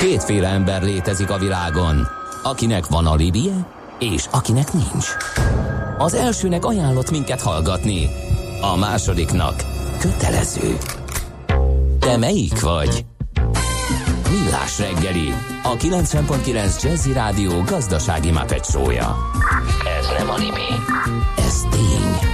Kétféle ember létezik a világon, akinek van alibije, és akinek nincs. Az elsőnek ajánlott minket hallgatni, a másodiknak kötelező. Te melyik vagy? Millás reggeli, a 90.9 Jazzy Rádió gazdasági Muppet show-ja. Ez nem anime, ez tény.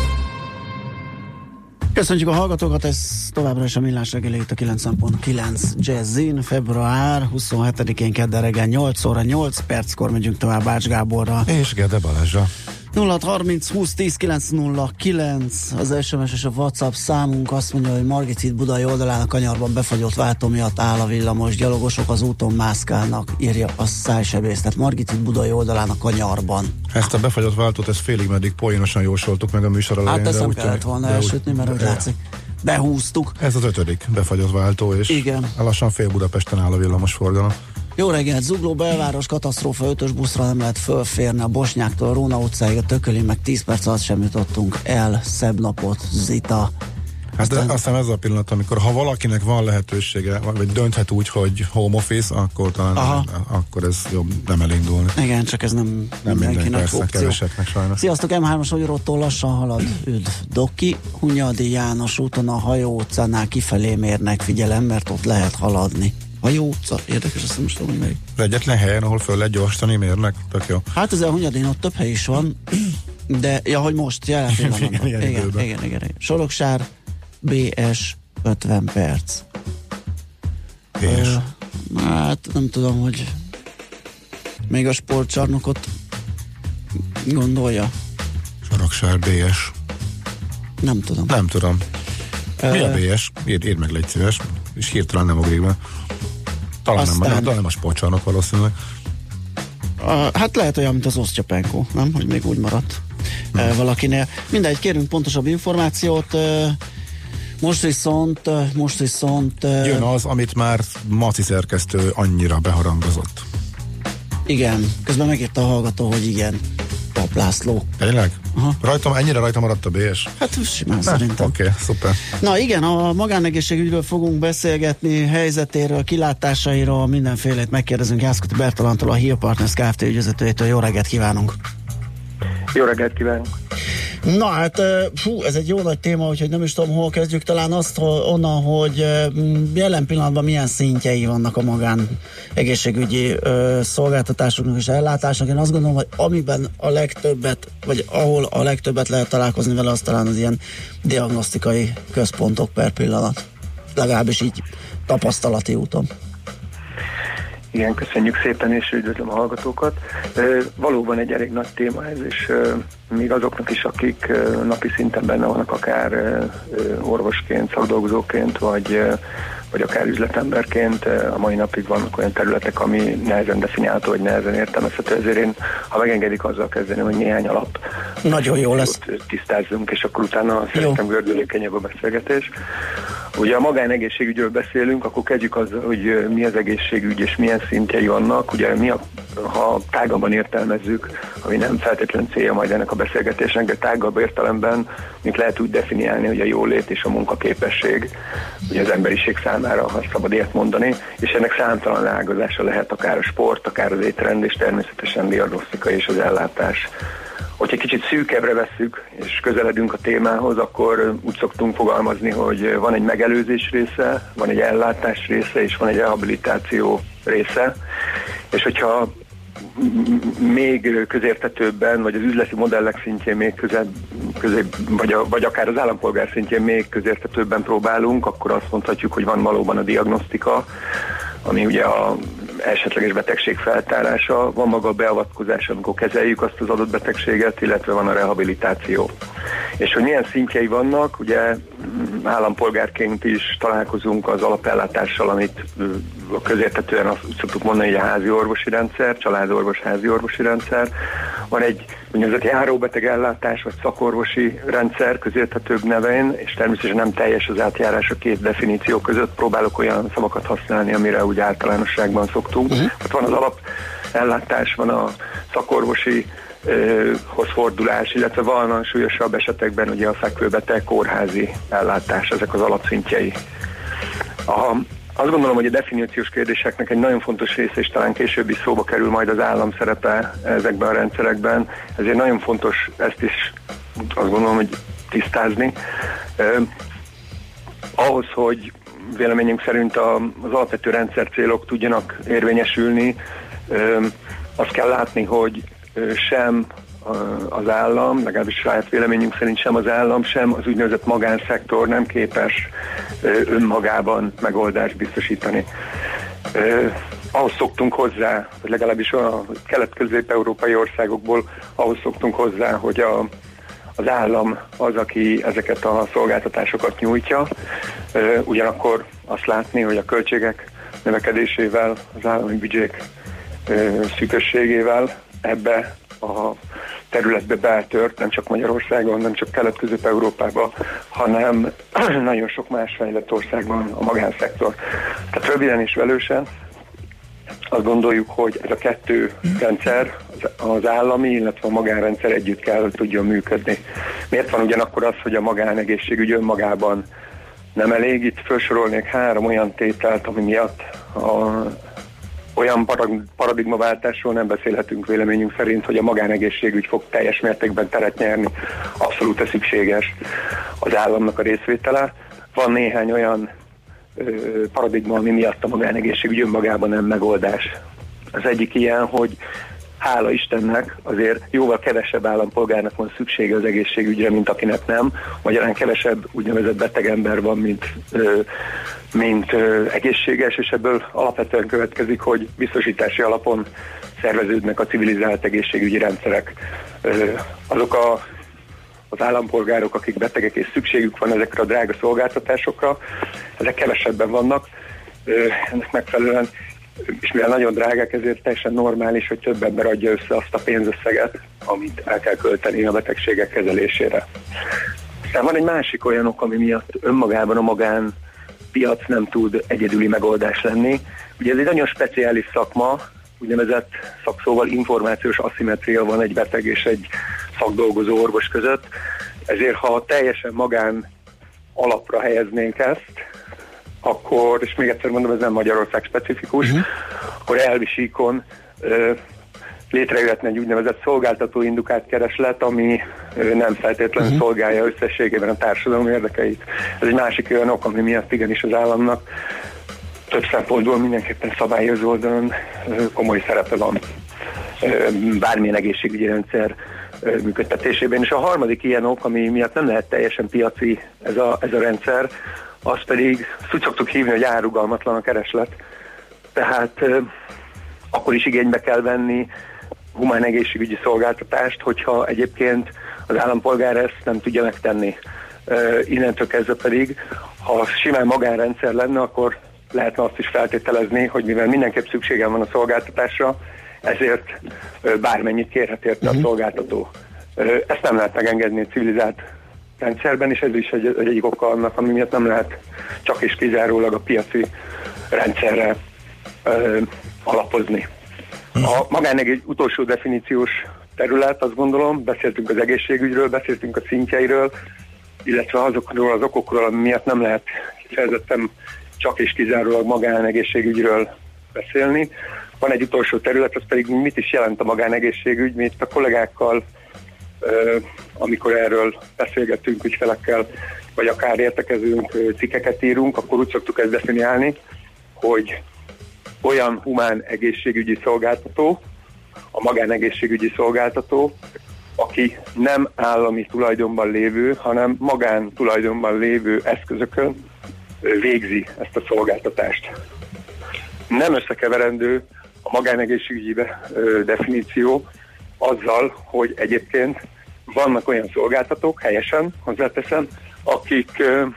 Köszönjük a hallgatókat, ez továbbra is a Millás reggeli itt a 90.9 Jazzin, február 27-én kedden reggel 8 óra 8 perckor megyünk tovább Ács Gáborra. És Gede Balázsra. 0630 20 10 909 az SMS és a WhatsApp számunk. Azt mondja, hogy Margit Budai oldalán a kanyarban befagyott váltó miatt áll a villamos, gyalogosok az úton mászkálnak, írja a Szájsebész. Tehát Margit Budai oldalán a kanyarban. Ezt a befagyott váltót, ezt félig meddig poénosan jósoltuk meg a műsor elején. Hát ezt nem kellett volna elsütni, mert úgy látszik, behúztuk. Ez az 5. befagyott váltó, és igen. Lassan fél Budapesten áll a villamos forgalom. Jó reggelt, Zugló belváros, katasztrófa, 5-ös buszra nem lehet fölférni a Bosnyáktól a Róna utcáig, a Tököli, meg 10 perc alatt sem jutottunk el. Szebb napot, Zita. Hát aztán ez a pillanat, amikor ha valakinek van lehetősége, vagy dönthet úgy, hogy home office, akkor talán akkor ez jobb nem elindulni. Igen, csak ez nem mindenkinek persze, keveseknek sajnos. Sziasztok, M3-as Magyaróttól lassan halad, üdv Doki, Hunyadi János úton a Hajó utcánál kifelé mérnek, figyelem, mert ott lehet haladni. Hajó utca, érdekes, azt nem is tudom, hogy melyik. Az egyetlen helyen, ahol föl lehet gyorsítani, mérnek, tök jó. Hát ezzel a Hunyadin ott több hely is van, de hogy most, jelen igen. Soroksár, BS 50 perc. És? Hát nem tudom, hogy még a sportcsarnokot gondolja. Soroksár, BS. Nem tudom. Mi a BS? Írd meg, légy szíves. És hirtelen nem ugrik be. Talán nem a sportcsarnok valószínűleg. Hát lehet olyan, mint az Osztyapenko, nem? Hogy még úgy maradt valakinél. Mindegy, kérünk pontosabb információt. Most viszont jön az, amit már Maci szerkesztő annyira beharangozott. Igen, közben megírta a hallgató, hogy igen. Pap László. Tényleg? Ennyire rajta maradt a BS? Hát simán szerintem. Oké, szuper. Na igen, a magánegészségügyről fogunk beszélgetni, helyzetéről, kilátásairól, mindenfélét megkérdezünk Jászkoti Bertalantól, a Heal Partners Kft. Ügyvezetőjétől. Jó reggelt kívánunk! Jó reggelt kívánunk! Na hát, ez egy jó nagy téma, úgyhogy nem is tudom, hol kezdjük. Talán azt onnan, hogy jelen pillanatban milyen szintjei vannak a magán egészségügyi szolgáltatásoknak és ellátásnak. Én azt gondolom, hogy amiben a legtöbbet, vagy ahol a legtöbbet lehet találkozni vele, az talán az ilyen diagnosztikai központok per pillanat. Legalábbis így tapasztalati úton. Igen, köszönjük szépen, és üdvözlöm a hallgatókat. Valóban egy elég nagy téma ez, és még azoknak is, akik napi szinten benne vannak, akár orvosként, szakdolgozóként, vagy akár üzletemberként, a mai napig vannak olyan területek, ami nehezen definiálható, vagy nehezen értelmezhető. Ezért én, ha megengedik, azzal kezdeni, hogy néhány alap nagyon jó lesz. Tisztázzunk, és akkor utána szerintem gördülékenyebb a beszélgetés. Ugye a magánegészségügyről beszélünk, akkor kezdjük azzal, hogy mi az egészségügy, és milyen szintjei vannak. Ugye ha tágabban értelmezzük, ami nem feltétlen célja majd ennek a beszélgetésnek, de tágabb értelemben mit lehet úgy definiálni, hogy a jólét és a munkaképesség, ugye az emberiség számára, ha szabad ilyet mondani, és ennek számtalan ágazása lehet, akár a sport, akár az étrend, és természetesen diagnosztika és az ellátás. Hogyha kicsit szűkebbre vesszük, és közeledünk a témához, akkor úgy szoktunk fogalmazni, hogy van egy megelőzés része, van egy ellátás része, és van egy rehabilitáció része. És hogyha még közérthetőbben, vagy az üzleti modellek szintjén még vagy akár az állampolgár szintjén még közérthetőbben próbálunk, akkor azt mondhatjuk, hogy van valóban a diagnosztika, ami ugye a esetleges betegség feltárása, van maga a beavatkozás, amikor kezeljük azt az adott betegséget, illetve van a rehabilitáció. És hogy milyen szintjei vannak, ugye állampolgárként is találkozunk az alapellátással, amit közérthetően azt szoktuk mondani, hogy a házi orvosi rendszer, családorvos házi orvosi rendszer. Van egy úgynevezett járóbeteg ellátás, vagy szakorvosi rendszer közérthetőbb nevén, és természetesen nem teljes az átjárás a két definíció között. Próbálok olyan szavakat használni, amire úgy általánosságban szoktunk. Tehát van az alapellátás, van a szakorvosi hoz fordulás, illetve valami súlyosabb esetekben ugye a fekvőbeteg kórházi ellátás, ezek az alapszintjei. Azt gondolom, hogy a definíciós kérdéseknek egy nagyon fontos része, és talán később is szóba kerül majd az állam szerepe ezekben a rendszerekben, ezért nagyon fontos ezt is azt gondolom, hogy tisztázni. Ahhoz, hogy véleményünk szerint az alapvető rendszercélok tudjanak érvényesülni, azt kell látni, hogy sem az állam, legalábbis saját véleményünk szerint sem az állam, sem az úgynevezett magánszektor nem képes önmagában megoldást biztosítani. Ahhoz szoktunk hozzá, vagy legalábbis a kelet-közép-európai országokból ahhoz szoktunk hozzá, hogy az állam az, aki ezeket a szolgáltatásokat nyújtja, ugyanakkor azt látni, hogy a költségek növekedésével, az állami büdzsék szűkösségével ebbe a területbe beltört, nem csak Magyarországon, nem csak Kelet-Közép-Európában, hanem nagyon sok más fejlett országban a magánszektor. Tehát röviden és velősen azt gondoljuk, hogy ez a kettő rendszer, az állami, illetve a magánrendszer együtt kell, hogy tudjon működni. Miért van ugyanakkor az, hogy a magánegészségügy önmagában nem elég? Itt felsorolnék 3 olyan tételt, ami miatt olyan paradigmaváltásról nem beszélhetünk véleményünk szerint, hogy a magánegészségügy fog teljes mértékben teret nyerni. Abszolút szükséges az államnak a részvétele. Van néhány olyan paradigma, ami miatt a magánegészségügy önmagában nem megoldás. Az egyik ilyen, hogy hála Istennek azért jóval kevesebb állampolgárnak van szüksége az egészségügyre, mint akinek nem. Magyarán kevesebb úgynevezett beteg ember van, mint egészséges, és ebből alapvetően következik, hogy biztosítási alapon szerveződnek a civilizált egészségügyi rendszerek. Azok az állampolgárok, akik betegek és szükségük van ezekre a drága szolgáltatásokra, ezek kevesebben vannak, ennek megfelelően, és mivel nagyon drágák, ezért teljesen normális, hogy több ember adja össze azt a pénzösszeget, amit el kell költeni a betegségek kezelésére. Aztán van egy másik olyan ok, ami miatt önmagában a magánpiac nem tud egyedüli megoldás lenni. Ugye ez egy nagyon speciális szakma, úgynevezett szakszóval információs aszimmetria van egy beteg és egy szakdolgozó orvos között, ezért ha teljesen magán alapra helyeznénk ezt, akkor, és még egyszer mondom, ez nem Magyarország specifikus, akkor elvi síkon létrejöhetne egy úgynevezett szolgáltató-indukált kereslet, ami nem feltétlenül szolgálja összességében a társadalom érdekeit. Ez egy másik olyan ok, ami miatt igenis az államnak több szempontból mindenképpen szabályozó oldalon komoly szerepe van bármilyen egészségügyi rendszer működtetésében. És a harmadik ilyen ok, ami miatt nem lehet teljesen piaci ez a rendszer, azt pedig úgy szoktuk hívni, hogy árugalmatlan a kereslet. Tehát akkor is igénybe kell venni humán egészségügyi szolgáltatást, hogyha egyébként az állampolgár ezt nem tudja megtenni. Innentől kezdve pedig, ha simán magánrendszer lenne, akkor lehetne azt is feltételezni, hogy mivel mindenképp szükségem van a szolgáltatásra, ezért bármennyit kérhet érte a szolgáltató. Ezt nem lehet megengedni egy civilizált rendszerben, és ez is egyik oka annak, ami miatt nem lehet csak és kizárólag a piaci rendszerre alapozni. A magánegészségügy utolsó definíciós terület, azt gondolom, beszéltünk az egészségügyről, beszéltünk a szintjeiről, illetve azokról az okokról, ami miatt nem lehet kifejezetten csak és kizárólag magánegészségügyről beszélni. Van egy utolsó terület, az pedig mit is jelent a magánegészségügy. Mi itt a kollégákkal, amikor erről beszélgettünk ügyfelekkel, vagy akár értekezünk, cikkeket írunk, akkor úgy szoktuk ezt definiálni, hogy olyan humán egészségügyi szolgáltató, a magánegészségügyi szolgáltató, aki nem állami tulajdonban lévő, hanem magán tulajdonban lévő eszközökön végzi ezt a szolgáltatást. Nem összekeverendő a magánegészségügyi definíció azzal, hogy egyébként vannak olyan szolgáltatók, helyesen hozzáteszem, akik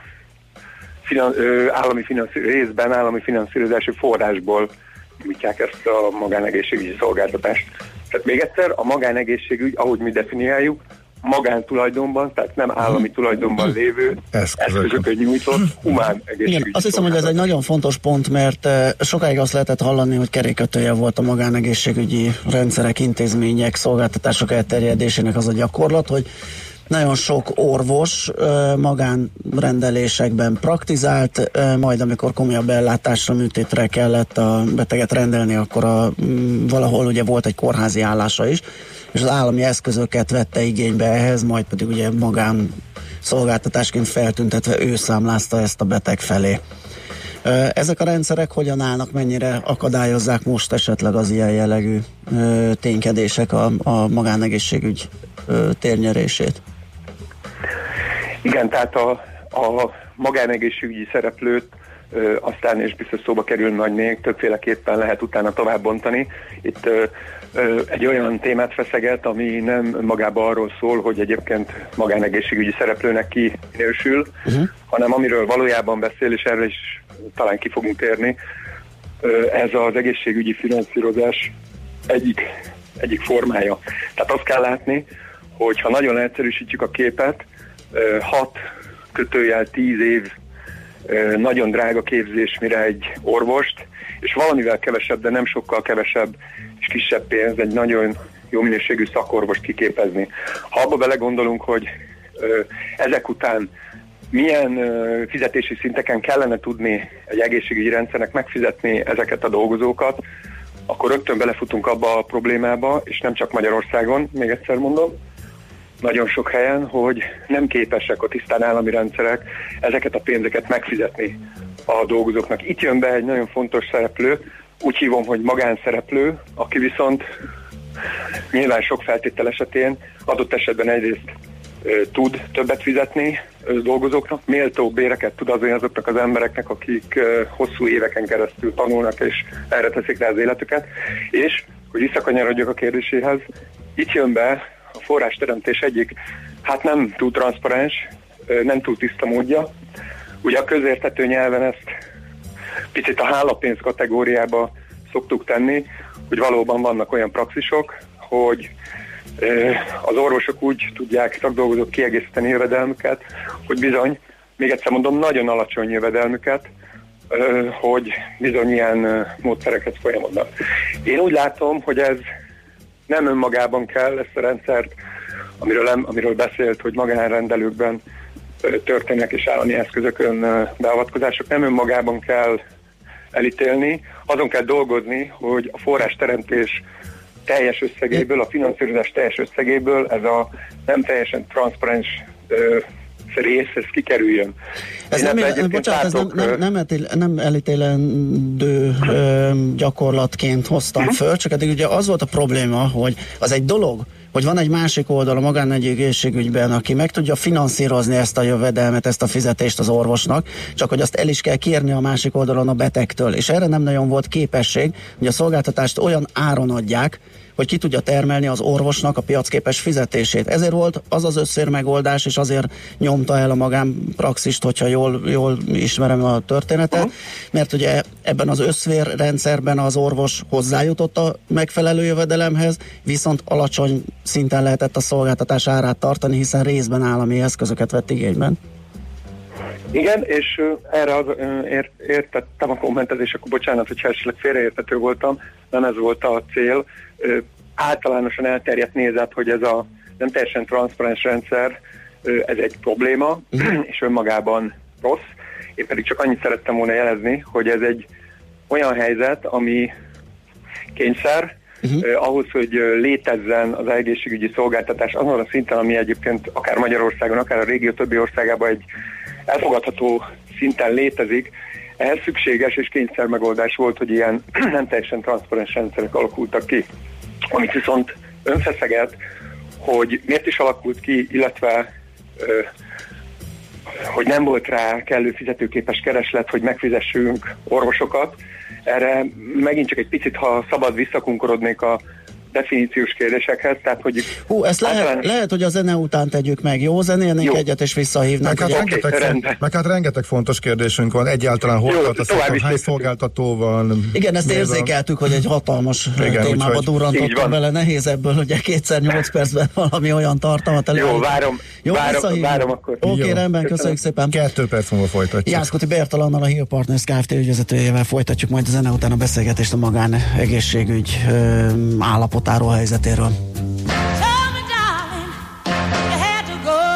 részben állami finanszírozási forrásból nyújtják ezt a magánegészségügyi szolgáltatást. Tehát még egyszer, a magánegészségügy, ahogy mi definiáljuk, magántulajdonban, tehát nem állami tulajdonban lévő eszközökön nyújtott humán egészségügyi. Igen, azt hiszem, hogy ez egy nagyon fontos pont, mert sokáig azt lehetett hallani, hogy kerékkötője volt a magánegészségügyi rendszerek, intézmények, szolgáltatások elterjedésének az a gyakorlat, hogy nagyon sok orvos magánrendelésekben praktizált, majd amikor komolyabb ellátásra, műtétre kellett a beteget rendelni, akkor valahol ugye volt egy kórházi állása is, és az állami eszközöket vette igénybe ehhez, majd pedig ugye magán szolgáltatásként feltüntetve ő számlázta ezt a beteg felé. Ezek a rendszerek hogyan állnak, mennyire akadályozzák most esetleg az ilyen jellegű ténykedések a magánegészségügy térnyerését? Igen, tehát a magánegészségügyi szereplőt aztán, és biztos szóba kerül majd még, többféleképpen lehet utána tovább bontani. Itt egy olyan témát feszeget, ami nem magában arról szól, hogy egyébként magánegészségügyi szereplőnek kinősül, hanem amiről valójában beszél, és erre is talán ki fogunk térni, ez az egészségügyi finanszírozás egyik formája. Tehát azt kell látni, hogy ha nagyon leegyszerűsítjük a képet, 6-10 év nagyon drága képzés, mire egy orvost, és valamivel kevesebb, de nem sokkal kevesebb és kisebb pénz egy nagyon jó minőségű szakorvost kiképezni. Ha abba belegondolunk, hogy ezek után milyen fizetési szinteken kellene tudni egy egészségügyi rendszernek megfizetni ezeket a dolgozókat, akkor rögtön belefutunk abba a problémába, és nem csak Magyarországon, még egyszer mondom, nagyon sok helyen, hogy nem képesek a tisztán állami rendszerek ezeket a pénzeket megfizetni a dolgozóknak. Itt jön be egy nagyon fontos szereplő, úgy hívom, hogy magánszereplő, aki viszont nyilván sok feltétel esetén adott esetben egyrészt tud többet fizetni dolgozóknak, méltó béreket tud adni azoknak az embereknek, akik hosszú éveken keresztül tanulnak és erre teszik rá az életüket, és, hogy visszakanyarodjak a kérdéséhez, itt jön be a forrásteremtés egyik, hát nem túl transzparens, nem túl tiszta módja. Ugye a közérthető nyelven ezt picit a hálapénz kategóriába szoktuk tenni, hogy valóban vannak olyan praxisok, hogy az orvosok úgy tudják szakdolgozók kiegészíteni jövedelmüket, hogy bizony, még egyszer mondom, nagyon alacsony jövedelmüket, hogy bizony ilyen módszereket folyamodnak. Én úgy látom, hogy ez nem önmagában kell, ezt a rendszert, amiről beszélt, hogy magánrendelőkben történnek és állami eszközökön beavatkozások, nem önmagában kell elítélni, azon kell dolgozni, hogy a forrásteremtés teljes összegéből, a finanszírozás teljes összegéből ez a nem teljesen transzparens rész, ez kikerüljön. Ez nem elítélendő gyakorlatként hoztam föl, csak eddig ugye az volt a probléma, hogy az egy dolog, hogy van egy másik oldal a magánegészségügyben, aki meg tudja finanszírozni ezt a jövedelmet, ezt a fizetést az orvosnak, csak hogy azt el is kell kérni a másik oldalon a betegtől. És erre nem nagyon volt képesség, hogy a szolgáltatást olyan áron adják, hogy ki tudja termelni az orvosnak a piacképes fizetését. Ezért volt az az összér megoldás, és azért nyomta el a magánpraxist, hogyha jól ismerem a történetet, mert ugye ebben az összvérrendszerben az orvos hozzájutott a megfelelő jövedelemhez, viszont alacsony szinten lehetett a szolgáltatás árát tartani, hiszen részben állami eszközöket vett igényben. Igen, és erre értettem a kommentezés, akkor bocsánat, hogyha esetleg félreértető voltam, nem ez volt a cél. Általánosan elterjedt nézet, hogy ez a nem teljesen transzparens rendszer, ez egy probléma, és önmagában rossz. Én pedig csak annyit szerettem volna jelezni, hogy ez egy olyan helyzet, ami kényszer, ahhoz, hogy létezzen az egészségügyi szolgáltatás azon a szinten, ami egyébként akár Magyarországon, akár a régió többi országában egy elfogadható szinten létezik, ehhez szükséges és kényszer megoldás volt, hogy ilyen nem teljesen transzparens rendszerek alakultak ki. Amit viszont önfeszeget, hogy miért is alakult ki, illetve hogy nem volt rá kellő fizetőképes kereslet, hogy megfizessünk orvosokat. Erre megint csak egy picit, ha szabad, visszakunkorodnék a definíciós kérdésekhez, tehát hogy... ezt lehet, hogy a zene után tegyük meg. Jó, zenélnénk egyet, és visszahívnak. Meg hát rengeteg fontos kérdésünk van. Egyáltalán hol tart a szektor, hány szolgáltató van? Igen, ezt érzékeltük, hogy egy hatalmas témába durrantottam bele. Nehéz ebből, ugye 2x8 percben valami olyan tartalmat elő. Jó, várom akkor. Oké, rendben, köszönjük szépen. 2 perc múlva folytatjuk. Jászkoti Bertalannal, a Hill Partners Kft. Ügyvezetőjével folytatjuk majd a zene után a beszélgetést a magánegészségügy állapotáról, helyzetéről. Tell me, darling, you had to go.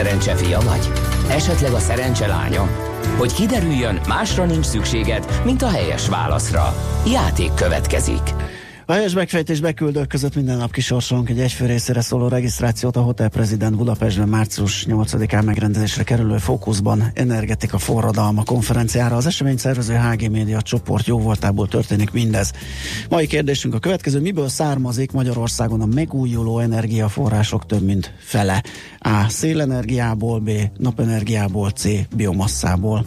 szerencse fia vagy? Esetleg a szerencse lánya? Hogy kiderüljön, másra nincs szükséged, mint a helyes válaszra. Játék következik. A helyes megfejtés beküldők között minden nap kisorsolunk egy egyfő részére szóló regisztrációt a Hotel President Budapestben március 8-án megrendezésre kerülő Fókuszban energetika forradalma konferenciára. Az esemény szervező HG Média csoport jóvoltából történik mindez. Mai kérdésünk a következő: miből származik Magyarországon a megújuló energiaforrások több mint fele? A. Szélenergiából, B. Napenergiából, C. Biomasszából.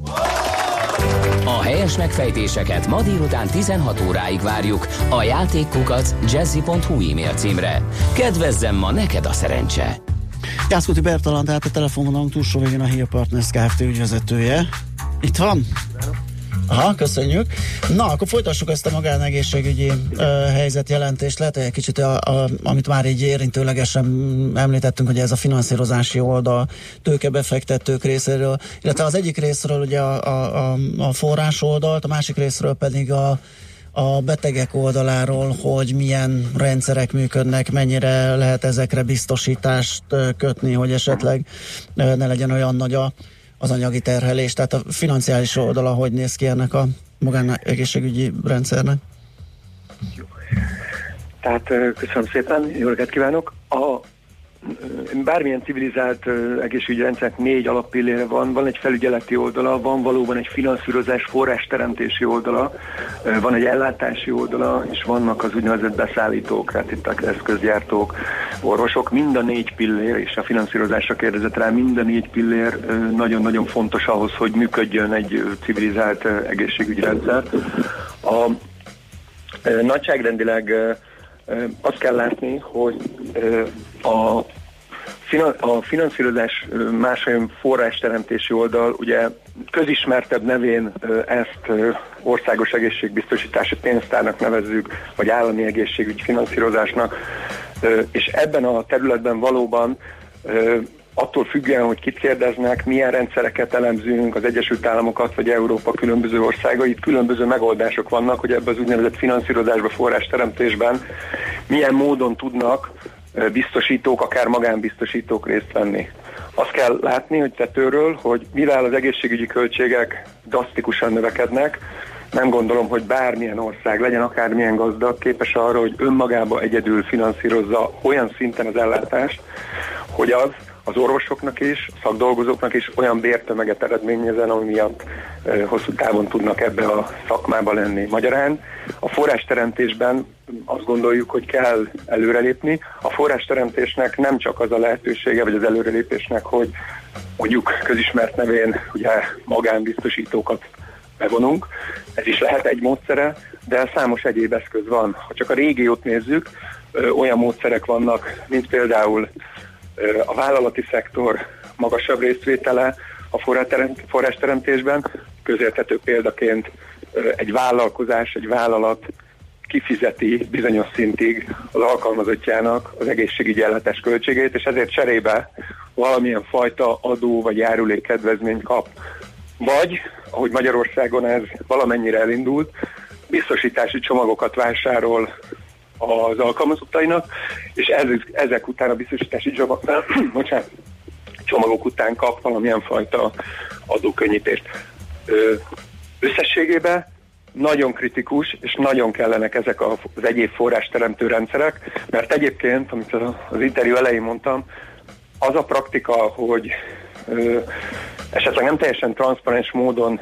A helyes megfejtéseket ma délután 16 óráig várjuk a játékkukac@jazzy.hu e-mail címre. Kedvezzem ma neked a szerencse! Jászkuti Bertalan, tehát a telefonvonalunk túlsó végén a HIA Partners Kft. Ügyvezetője. Itt van? Aha, köszönjük. Na, akkor folytassuk ezt a magánegészségügyi helyzetjelentést. Lehet, hogy egy kicsit, amit már így érintőlegesen említettünk, hogy ez a finanszírozási oldal tőkebefektetők részéről, illetve az egyik részről ugye a forrás oldalt, a másik részről pedig a betegek oldaláról, hogy milyen rendszerek működnek, mennyire lehet ezekre biztosítást kötni, hogy esetleg ne legyen olyan nagy az anyagi terhelés, tehát a financiális oldala hogy néz ki ennek a magánegészségügyi rendszernek? Tehát köszönöm szépen, jó reggelt kívánok! Bármilyen civilizált egészségügyi rendszernek 4 alappillére van egy felügyeleti oldala, van valóban egy finanszírozás forrásteremtési oldala, van egy ellátási oldala, és vannak az úgynevezett beszállítók, tehát itt az eszközgyártók, orvosok. Mind a 4 pillér, és a finanszírozásra kérdezett rá, mind a 4 pillér nagyon-nagyon fontos ahhoz, hogy működjön egy civilizált egészségügyi rendszer. Nagyságrendileg azt kell látni, hogy a finanszírozás másodján forrásteremtési oldal, ugye közismertebb nevén ezt országos egészségbiztosítási pénztárnak nevezzük, vagy állami egészségügyi finanszírozásnak, és ebben a területben valóban attól függően, hogy kit kérdeznek, milyen rendszereket elemzünk, az Egyesült Államokat vagy Európa különböző országait, különböző megoldások vannak, hogy ebben az úgynevezett finanszírozásban, forrásteremtésben milyen módon tudnak biztosítók, akár magánbiztosítók részt venni. Azt kell látni, hogy tetőről, hogy mivel az egészségügyi költségek drasztikusan növekednek, nem gondolom, hogy bármilyen ország, legyen akármilyen gazdag, képes arra, hogy önmagába egyedül finanszírozza olyan szinten az ellátást, hogy az orvosoknak is, szakdolgozóknak is olyan bértömeget eredményezen, ami miatt hosszú távon tudnak ebbe a szakmába lenni. Magyarán a forrásteremtésben azt gondoljuk, hogy kell előrelépni. A forrásteremtésnek nem csak az a lehetősége, vagy az előrelépésnek, hogy mondjuk közismert nevén ugye magánbiztosítókat bevonunk. Ez is lehet egy módszere, de számos egyéb eszköz van. Ha csak a régiót nézzük, olyan módszerek vannak, mint például a vállalati szektor magasabb részvétele a forrásteremtésben. Közérthető példaként egy vállalkozás, egy vállalat kifizeti bizonyos szintig az alkalmazottjának az egészségügyi ellátás költségét, és ezért cserébe valamilyen fajta adó vagy járulékkedvezményt kap. Vagy, ahogy Magyarországon ez valamennyire elindult, biztosítási csomagokat vásárol az alkalmazottainak, és ezek után a biztosítási csomagok után kap valamilyen fajta adókönnyítést. Összességében nagyon kritikus, és nagyon kellenek ezek az egyéb forrásteremtő rendszerek, mert egyébként, amit az interjú elején mondtam, az a praktika, hogy esetleg nem teljesen transzparens módon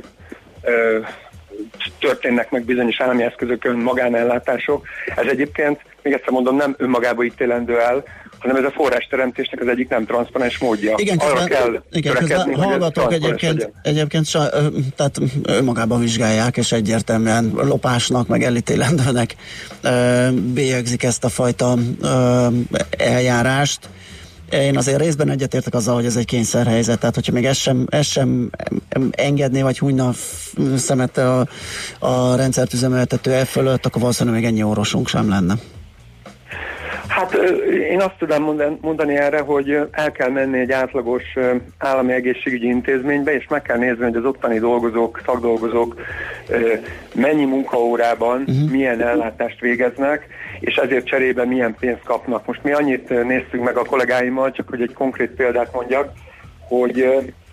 történnek meg bizonyos állami eszközökön magánellátások. Ez egyébként, még egyszer mondom, nem önmagába ítélendő el, hanem ez a forrásteremtésnek az egyik nem transzparens módja. Igen, arra kell törekedni, hogy hallgatók egyébként tehát önmagában vizsgálják, és egyértelműen lopásnak, meg elítélendőnek bélyegzik ezt a fajta eljárást. Én azért részben egyetértek azzal, hogy ez egy kényszerhelyzet, tehát hogyha még ez sem engedné, vagy hunyna szemet a rendszert üzemeltető fölött, akkor valószínűleg még ennyi orvosunk sem lenne. Hát én azt tudom mondani erre, hogy el kell menni egy átlagos állami egészségügyi intézménybe, és meg kell nézni, hogy az ottani dolgozók, szakdolgozók mennyi munkaórában milyen ellátást végeznek, és ezért cserébe milyen pénzt kapnak. Most mi annyit néztünk meg a kollégáimmal, csak hogy egy konkrét példát mondjak, hogy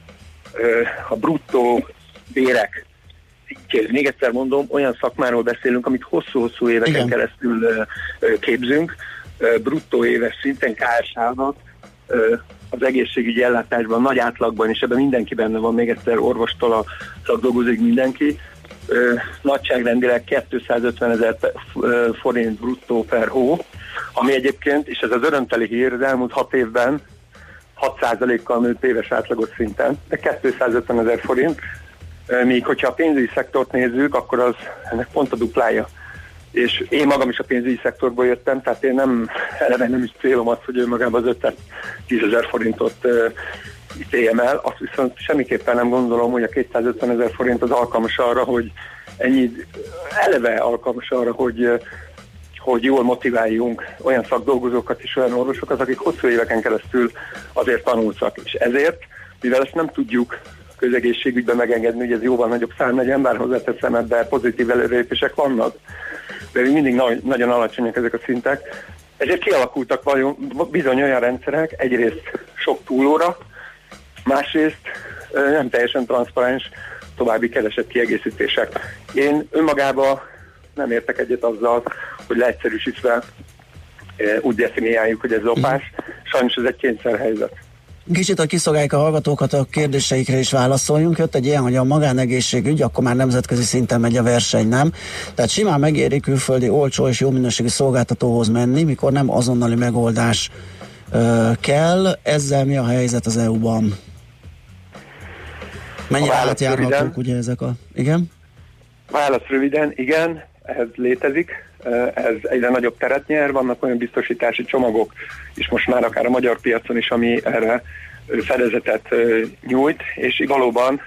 a bruttó bérek szintjén, még egyszer mondom, olyan szakmáról beszélünk, amit hosszú-hosszú éveken keresztül képzünk, bruttó éves szinten KSH-nak az egészségügyi ellátásban nagy átlagban, és ebben mindenki benne van, még egyszer orvostól a szakdolgozóig mindenki, nagyságrendileg 250 000 forint bruttó per hó, ami egyébként, és ez az örömteli hír, az elmúlt 6 évben 6%-kal nőtt éves átlagos szinten, de 250 000 forint, míg hogyha a pénzügyi szektort nézzük, akkor az ennek pont a duplája. És én magam is a pénzügyi szektorból jöttem, tehát én nem is célom az, hogy ő magában az 510 000 forintot ítéljem el. Azt viszont semmiképpen nem gondolom, hogy a 250 000 forint az alkalmas arra, hogy eleve alkalmas arra, hogy jól motiváljunk olyan szakdolgozókat és olyan orvosokat, akik hosszú éveken keresztül azért tanultak. És ezért, mivel ezt nem tudjuk közegészségügyben megengedni, hogy ez jóval nagyobb szám legyen, bár hozzáteszem, ebben pozitív előrelépések vannak, de mindig nagyon alacsonyak ezek a szintek. Ezért kialakultak bizony olyan rendszerek, egyrészt sok túlóra, másrészt nem teljesen transzparens további keresett kiegészítések. Én önmagában nem értek egyet azzal, hogy leegyszerűsítve úgy definiáljuk, hogy ez lopás. Sajnos ez egy kényszerhelyzet. Kicsit, hogy kiszolgáljuk a hallgatókat, a kérdéseikre is válaszoljunk. Jött egy ilyen, hogy a magánegészségügy, akkor már nemzetközi szinten megy a verseny, nem? Tehát simán megéri külföldi, olcsó és jó minőségű szolgáltatóhoz menni, mikor nem azonnali megoldás kell. Ezzel mi a helyzet az EU-ban? Mennyire átjárhatók ugye ezek a... Igen? Válasz röviden, igen, ez létezik. Ez egyre nagyobb teret nyer, vannak olyan biztosítási csomagok, és most már akár a magyar piacon is, ami erre fedezetet nyújt, és valóban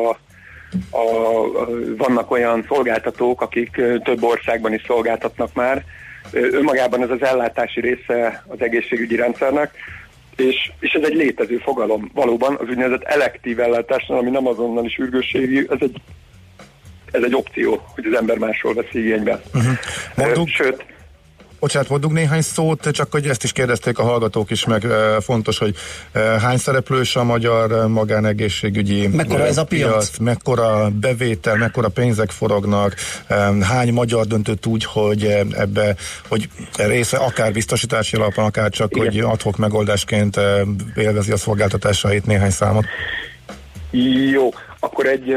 vannak olyan szolgáltatók, akik több országban is szolgáltatnak már. Önmagában ez az ellátási része az egészségügyi rendszernek, és ez egy létező fogalom. Valóban az úgynevezett elektív ellátásnál, ami nem azonnali sürgősségű, ez egy opció, hogy az ember máshol veszi igénybe. Sőt, bocsánat, mondunk néhány szót, csak hogy ezt is kérdezték a hallgatók is, meg fontos, hogy hány szereplős a magyar magánegészségügyi mekkora ez a piac? Mekkora bevétel, mekkora pénzek forognak, hány magyar döntött úgy, hogy ebbe, hogy része akár biztosítási alapon, akár csak, igen, hogy ad-hoc megoldásként élvezi a szolgáltatásait, néhány számot. Jó, akkor egy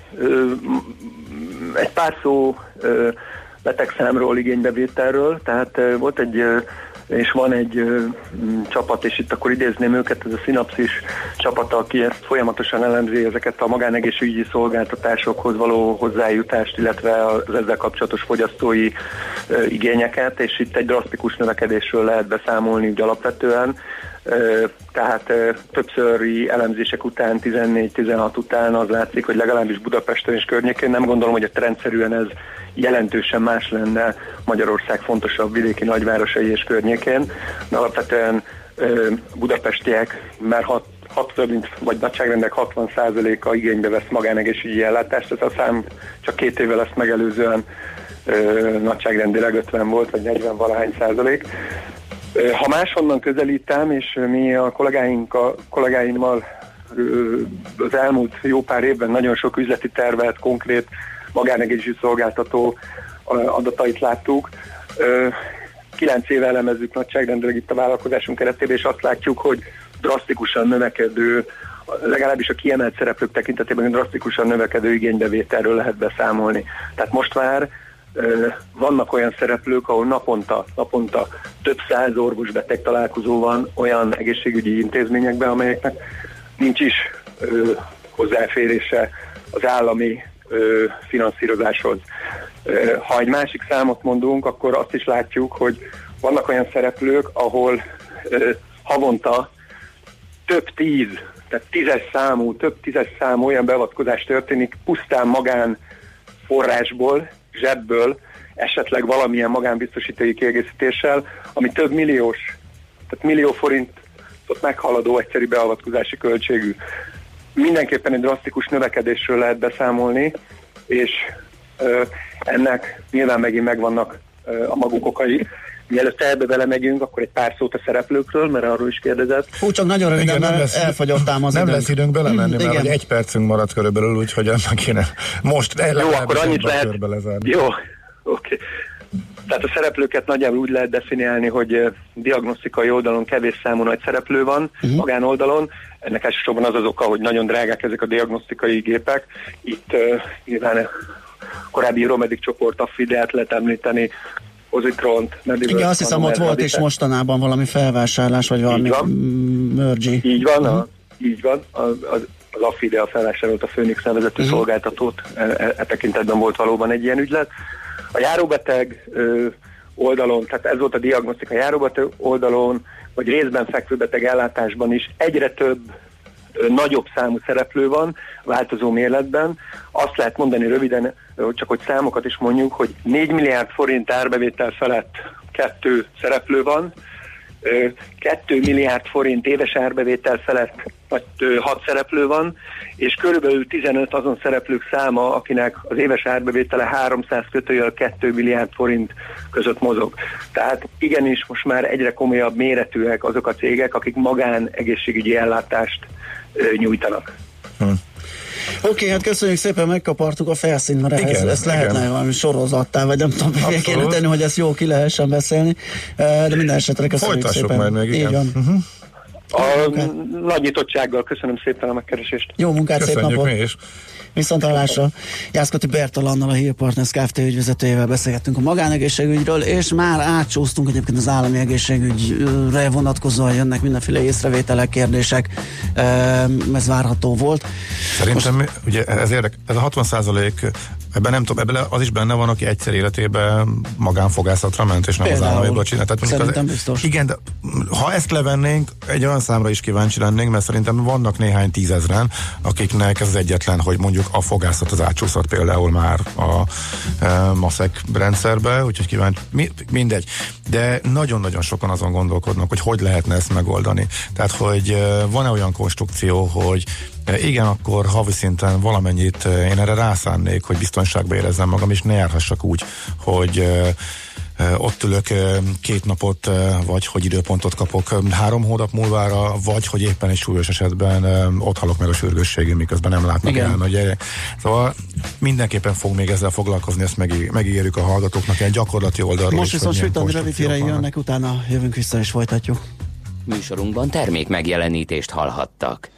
pár szó betegszámról, igénybevételről, tehát volt és van egy csapat, és itt akkor idézném őket, ez a Synopsis csapata, aki ezt folyamatosan elemzi, ezeket a magánegészségügyi szolgáltatásokhoz való hozzájutást, illetve az ezzel kapcsolatos fogyasztói igényeket, és itt egy drasztikus növekedésről lehet beszámolni úgy alapvetően. Tehát többszöri elemzések után, 14-16 után az látszik, hogy legalábbis Budapesten és környékén, nem gondolom, hogy a trendszerűen ez jelentősen más lenne Magyarország fontosabb vidéki nagyvárosai és környékén, de alapvetően budapestiek már vagy nagyságrendek 60%-a igénybe vesz magánegészségügyi ellátást, ez a szám csak 2 évvel ezt megelőzően nagyságrendileg 50 volt, vagy 40 valahány százalék. Ha máshonnan közelítem, és mi a kollégáimmal az elmúlt jó pár évben nagyon sok üzleti tervet, konkrét magánegészségügyi szolgáltató adatait láttuk. 9 éve elemezzük nagyságrendileg itt a vállalkozásunk keretében, és azt látjuk, hogy drasztikusan növekedő, legalábbis a kiemelt szereplők tekintetében drasztikusan növekedő igénybevételről lehet beszámolni. Tehát most már vannak olyan szereplők, ahol naponta több száz orvos-beteg találkozó van olyan egészségügyi intézményekben, amelyeknek nincs is hozzáférése az állami finanszírozáshoz. Ha egy másik számot mondunk, akkor azt is látjuk, hogy vannak olyan szereplők, ahol havonta több tízes számú olyan beavatkozás történik pusztán magán forrásból, zsebből, esetleg valamilyen magánbiztosítói kiegészítéssel, ami több milliós, tehát millió forintot meghaladó egyszeri beavatkozási költségű. Mindenképpen egy drasztikus növekedésről lehet beszámolni, és ennek nyilván megint megvannak a maguk okai. Mielőtt ebbe belemegyünk, akkor egy pár szót a szereplőkről, mert arról is kérdezett. Csak nagyon röviden, mert elfogyott ám az nem lesz időnk belemenni, mert hogy 1 percünk maradt körülbelül, úgyhogy annak kéne most jó, akkor annyit lehet. Jó, oké. Tehát a szereplőket nagyjából úgy lehet definiálni, hogy diagnosztikai oldalon kevés számú nagy szereplő van, magánoldalon. Ennek elsősorban az oka, hogy nagyon drágák ezek a diagnosztikai gépek. Itt nyilván korábbi Euromedic csoport Affideát lehet említeni, Positront, Mediverse. Igen, azt hiszem, ott volt is mostanában valami felvásárlás, vagy valami merge. Így van, így van. Az Affidea felvásárolt a Phoenix nevezetű szolgáltatót, e tekintetben volt valóban egy ilyen ügylet. A járóbeteg oldalon, tehát ez volt a diagnosztika, a járóbeteg oldalon, vagy részben fekvőbeteg ellátásban is egyre több nagyobb számú szereplő van, változó méretben. Azt lehet mondani röviden, csak hogy számokat is mondjuk, hogy 4 milliárd forint árbevétel felett 2 szereplő van, 2 milliárd forint éves árbevétel felett 6 szereplő van, és körülbelül 15 azon szereplők száma, akinek az éves árbevétele 300-2 milliárd forint között mozog. Tehát igenis most már egyre komolyabb méretűek azok a cégek, akik magán egészségügyi ellátást nyújtanak. Oké, hát köszönjük szépen, megkapartuk a felszínt, mert ezt lehetne valami sorozattá, vagy nem tudom, miért kéne tenni, hogy ezt jó ki lehessen beszélni, de minden esetre köszönjük folytassuk szépen. Majd meg, igen. Így van. Nagy nyitottsággal köszönöm szépen a megkeresést. Jó munkát, szép napot! Mi is. Viszontlátásra. Jászkoti Bertalannal, a Heal Partners Kft. Ügyvezetőjével beszélgettünk a magánegészségügyről, és már átcsúsztunk egyébként az állami egészségügyre vonatkozóan, jönnek mindenféle észrevételek, kérdések, ez várható volt. Szerintem ugye ez a 60%, ebben nem tudom, ebben az is benne van, aki egyszer életében magánfogászatra ment, és nem például az államiba csinált. Szerintem biztos. Igen, de ha ezt levennénk, egy olyan számra is kíváncsi lennénk, mert szerintem vannak néhány tízezren, akiknek ez az egyetlen, hogy mondjuk a fogászat az átcsúszott például már a maszek rendszerbe, úgyhogy kíváncsi, mindegy. De nagyon-nagyon sokan azon gondolkodnak, hogy lehetne ezt megoldani. Tehát, hogy van-e olyan konstrukció, hogy igen, akkor havi szinten valamennyit én erre rászánnék, hogy biztonságban érezzem magam, és ne járhassak úgy, hogy ott ülök 2 napot, vagy hogy időpontot kapok 3 hónap múlvára, vagy hogy éppen egy súlyos esetben ott halok meg a sürgősségén, miközben nem látnak el nagy gyerek. Szóval mindenképpen fog még ezzel foglalkozni, ezt megígérjük a hallgatóknak egy gyakorlati oldalról. Most viszont sütani rövid hírei jönnek, utána jövünk vissza és folytatjuk. Műsorunkban termék megjelenítést hallhattak.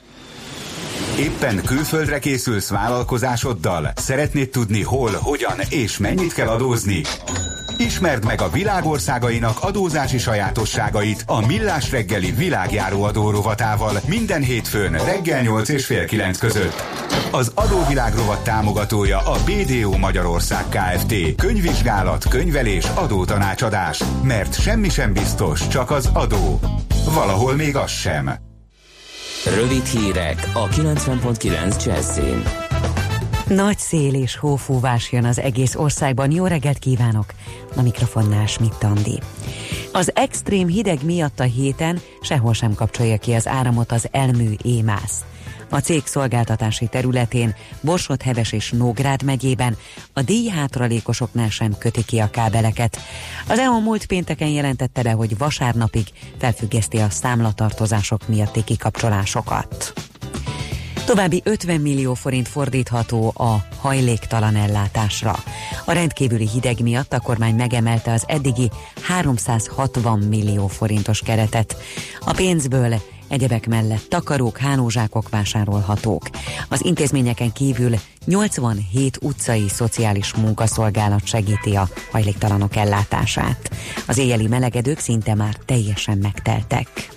Éppen külföldre készülsz vállalkozásoddal? Szeretnéd tudni hol, hogyan és mennyit kell adózni? Ismerd meg a világ országainak adózási sajátosságait a Millás reggeli világjáró adó rovatával minden hétfőn reggel 8 és fél 9 között. Az adóvilág rovat támogatója a BDO Magyarország Kft. Könyvvizsgálat, könyvelés, adótanácsadás. Mert semmi sem biztos, csak az adó. Valahol még az sem. Rövid hírek a 90.9 Jazzin. Nagy szél és hófúvás jön az egész országban. Jó reggelt kívánok! A mikrofonnál Schmidt Andi. Az extrém hideg miatt a héten sehol sem kapcsolja ki az áramot az Elmű émász. A cég szolgáltatási területén Borsod-Heves és Nógrád megyében a díjhátralékosoknál sem köti ki a kábeleket. Az EON múlt pénteken jelentette be, hogy vasárnapig felfüggeszti a számlatartozások miatti kikapcsolásokat. További 50 millió forint fordítható a hajléktalan ellátásra. A rendkívüli hideg miatt a kormány megemelte az eddigi 360 millió forintos keretet. A pénzből egyebek mellett takarók, hálózsákok vásárolhatók. Az intézményeken kívül 87 utcai szociális munkaszolgálat segíti a hajléktalanok ellátását. Az éjjeli melegedők szinte már teljesen megteltek.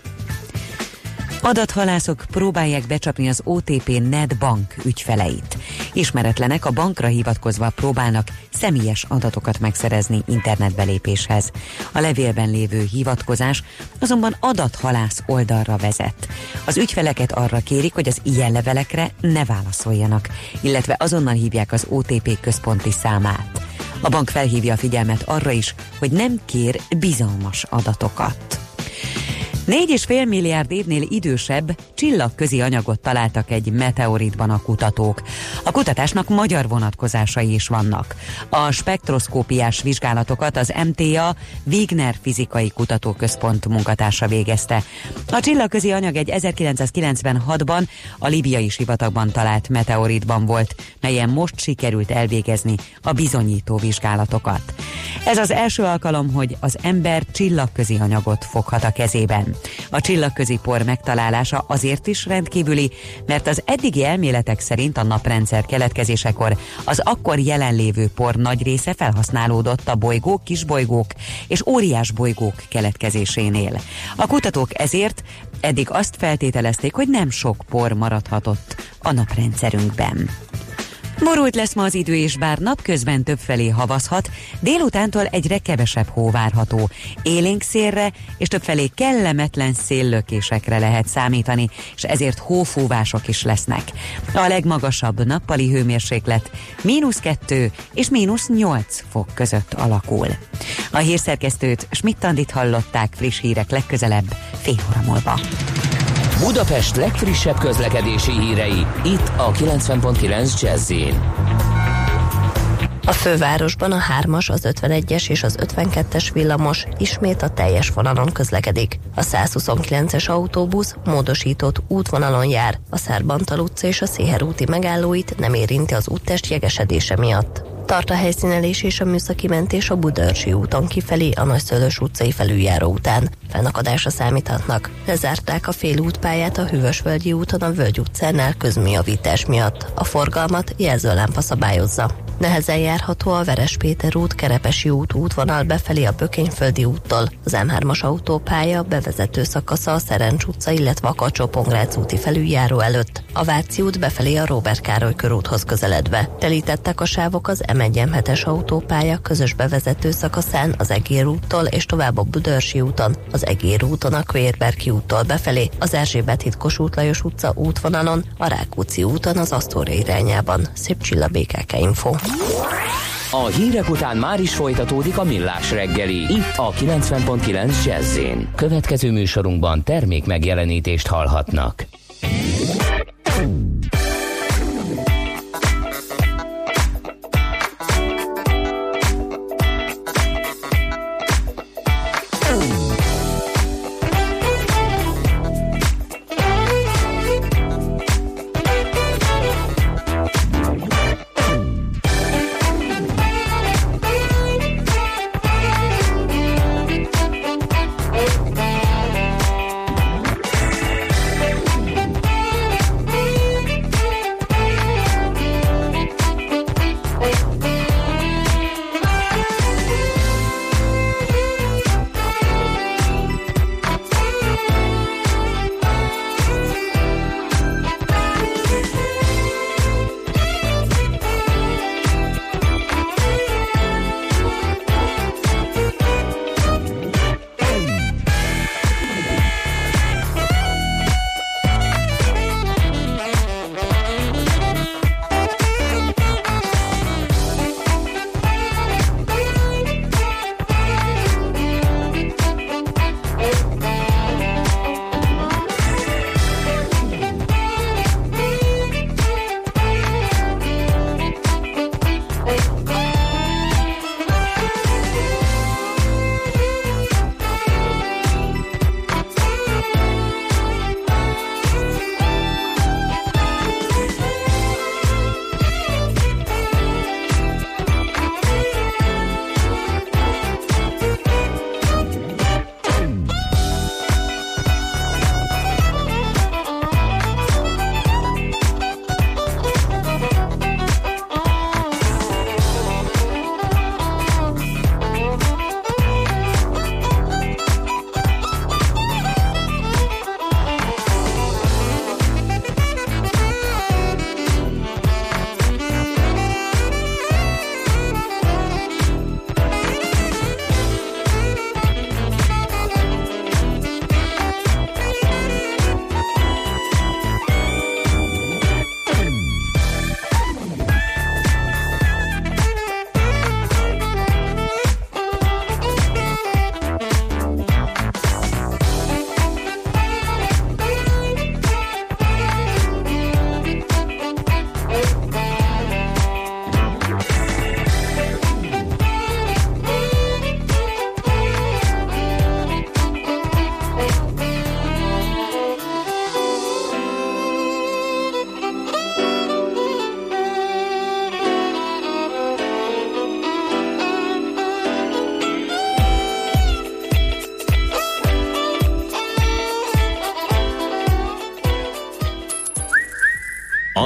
Adathalászok próbálják becsapni az OTP Net Bank ügyfeleit. Ismeretlenek a bankra hivatkozva próbálnak személyes adatokat megszerezni internetbelépéshez. A levélben lévő hivatkozás azonban adathalász oldalra vezet. Az ügyfeleket arra kérik, hogy az ilyen levelekre ne válaszoljanak, illetve azonnal hívják az OTP központi számát. A bank felhívja a figyelmet arra is, hogy nem kér bizalmas adatokat. 4,5 milliárd évnél idősebb csillagközi anyagot találtak egy meteoritban a kutatók. A kutatásnak magyar vonatkozásai is vannak. A spektroszkópiás vizsgálatokat az MTA Wigner Fizikai Kutatóközpont munkatársa végezte. A csillagközi anyag egy 1996-ban a libiai sivatagban talált meteoritban volt, melyen most sikerült elvégezni a bizonyító vizsgálatokat. Ez az első alkalom, hogy az ember csillagközi anyagot foghat a kezében. A csillagközi por megtalálása azért is rendkívüli, mert az eddigi elméletek szerint a naprendszer keletkezésekor az akkor jelenlévő por nagy része felhasználódott a bolygók, kisbolygók és óriás bolygók keletkezésénél. A kutatók ezért eddig azt feltételezték, hogy nem sok por maradhatott a naprendszerünkben. Borult lesz ma az idő, és bár napközben többfelé havazhat, délutántól egyre kevesebb hó várható. Élénk szélre és többfelé kellemetlen széllökésekre lehet számítani, és ezért hófúvások is lesznek. A legmagasabb nappali hőmérséklet -2 és -8 fok között alakul. A hírszerkesztőt, Schmidt-Andit hallották, friss hírek legközelebb fél óra múlva. Budapest legfrissebb közlekedési hírei, itt a 90.9 Jazz-in. A fővárosban a 3-as, az 51-es és az 52-es villamos ismét a teljes vonalon közlekedik. A 129-es autóbusz módosított útvonalon jár, a Szerbantal utca és a Széher úti megállóit nem érinti az úttest jegesedése miatt. Tart a helyszínelés és a műszaki mentés a Budaörsi úton kifelé a Nagyszőlős utcai felüljáró után. Fennakadásra számíthatnak. Lezárták a félútpályát a Hűvösvölgyi úton a Völgy utcánál közműjavítás miatt. A forgalmat jelzőlámpa szabályozza. Nehezen járható a Veres Péter út, Kerepesi út útvonal befelé a Bökényföldi úttól. Az M3-as autópálya bevezető szakasza a Szerencs utca, illetve a Kacsó-Pongrác úti felüljáró előtt. A Váci út befelé a Róbert Károly körúthoz közeledve. Telítettek a sávok az M1-M7-es autópálya közös bevezető szakaszán az Egér úttól és tovább a Budaörsi úton, az Egér úton a Kvérberki úttól befelé, az Erzsébet híd Kossuth Lajos utca útvonalon, a Rákóczi úton az Asztória irányában. Szép Csilla, BKK Info. A hírek után már is folytatódik a Millás reggeli, itt a 90.9 Jazz-in. Következő műsorunkban termék megjelenítést hallhatnak.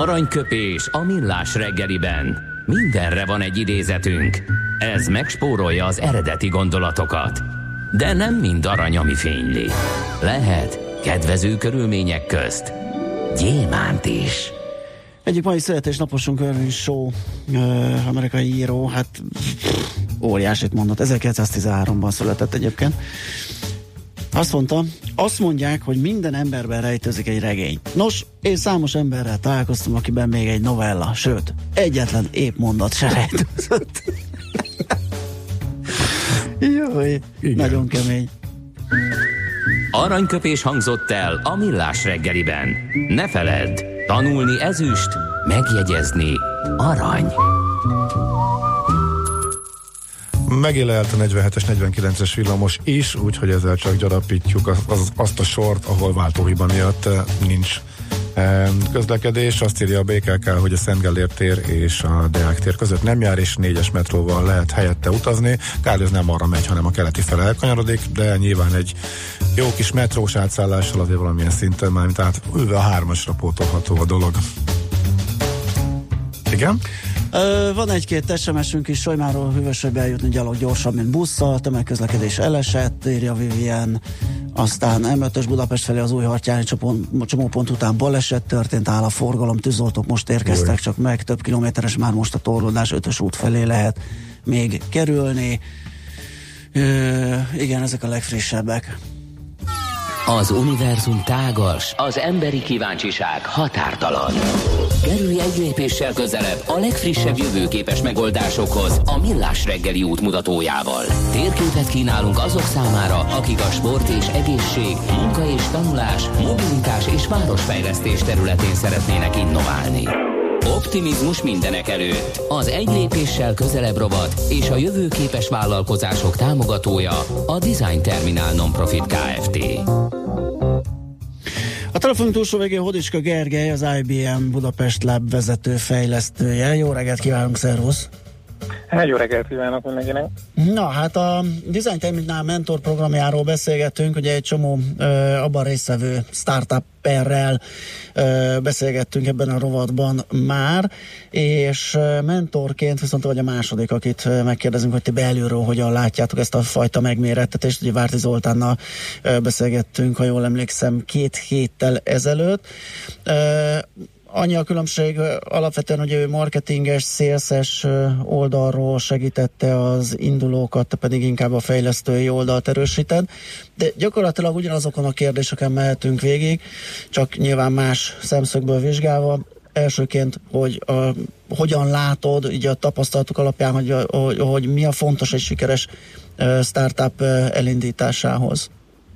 Aranyköpés a millás reggeliben. Mindenre van egy idézetünk. Ez megspórolja az eredeti gondolatokat. De nem mind arany, ami fényli. Lehet kedvező körülmények közt gyémánt is. Egyik mai születésnaposunk Irving Shaw, amerikai író, hát óriásit mondott, 1913-ban született egyébként. Azt mondják, hogy minden emberben rejtőzik egy regény. Nos, én számos emberrel találkoztam, akiben még egy novella, sőt, egyetlen épp mondat se rejtőzött. Jaj, nagyon kemény. Aranyköpés hangzott el a millás reggeliben. Ne feledd, tanulni ezüst, megjegyezni arany. Megélelt a 47-es, 49-es villamos is, úgyhogy ezzel csak gyarapítjuk azt a sort, ahol váltóhiba miatt nincs közlekedés. Azt írja a BKK, hogy a Szent Gellért tér és a Deák tér között nem jár, és 4-es metróval lehet helyette utazni. Kár, ez nem arra megy, hanem a keleti fele elkanyarodik, de nyilván egy jó kis metrós átszállással azért valamilyen szinten már, tehát ülve a 3-asra pótolható a dolog. Igen? Van egy-két SMS-ünk is, Solymáról Hűvösre eljutni gyalog gyorsabb, mint busszal, tömegközlekedés elesett, írja Vivien, aztán M5-ös Budapest felé az Újhartyáni csomópont után baleset történt, áll a forgalom, tűzoltók most érkeztek csak meg, több kilométeres már most a torlódás, 5-ös út felé lehet még kerülni. Igen, ezek a legfrissebbek. Az univerzum tágas, az emberi kíváncsiság határtalan. Kerülj egy lépéssel közelebb a legfrissebb jövőképes megoldásokhoz a Millás reggeli útmutatójával. Térképet kínálunk azok számára, akik a sport és egészség, munka és tanulás, mobilitás és városfejlesztés területén szeretnének innoválni. Optimizmus mindenek előtt. Az egy lépéssel közelebb rovat és a jövőképes vállalkozások támogatója a Design Terminál Nonprofit Kft. A telefonunk túlsó végén Hodicska Gergely, az IBM Budapest Lab vezető fejlesztője. Jó reggelt kívánunk, szervusz! Jó reggelt kívánok mindenkinek! Na, hát a Design Terminál mentor programjáról beszélgettünk, ugye egy csomó abban résztvevő startuperrel beszélgettünk ebben a rovatban már, és mentorként viszont vagy a második, akit megkérdezünk, hogy ti belülről hogyan látjátok ezt a fajta megmérettetést. Ugye Várti Zoltánnal beszélgettünk, ha jól emlékszem, 2 héttel ezelőtt. Annyi a különbség alapvetően, hogy ő marketinges, szélszes oldalról segítette az indulókat, te pedig inkább a fejlesztői oldalt erősíted, de gyakorlatilag ugyanazokon a kérdéseken mehetünk végig, csak nyilván más szemszögből vizsgálva. Elsőként, hogy hogyan látod így a tapasztalatok alapján, hogy mi a fontos egy sikeres startup elindításához?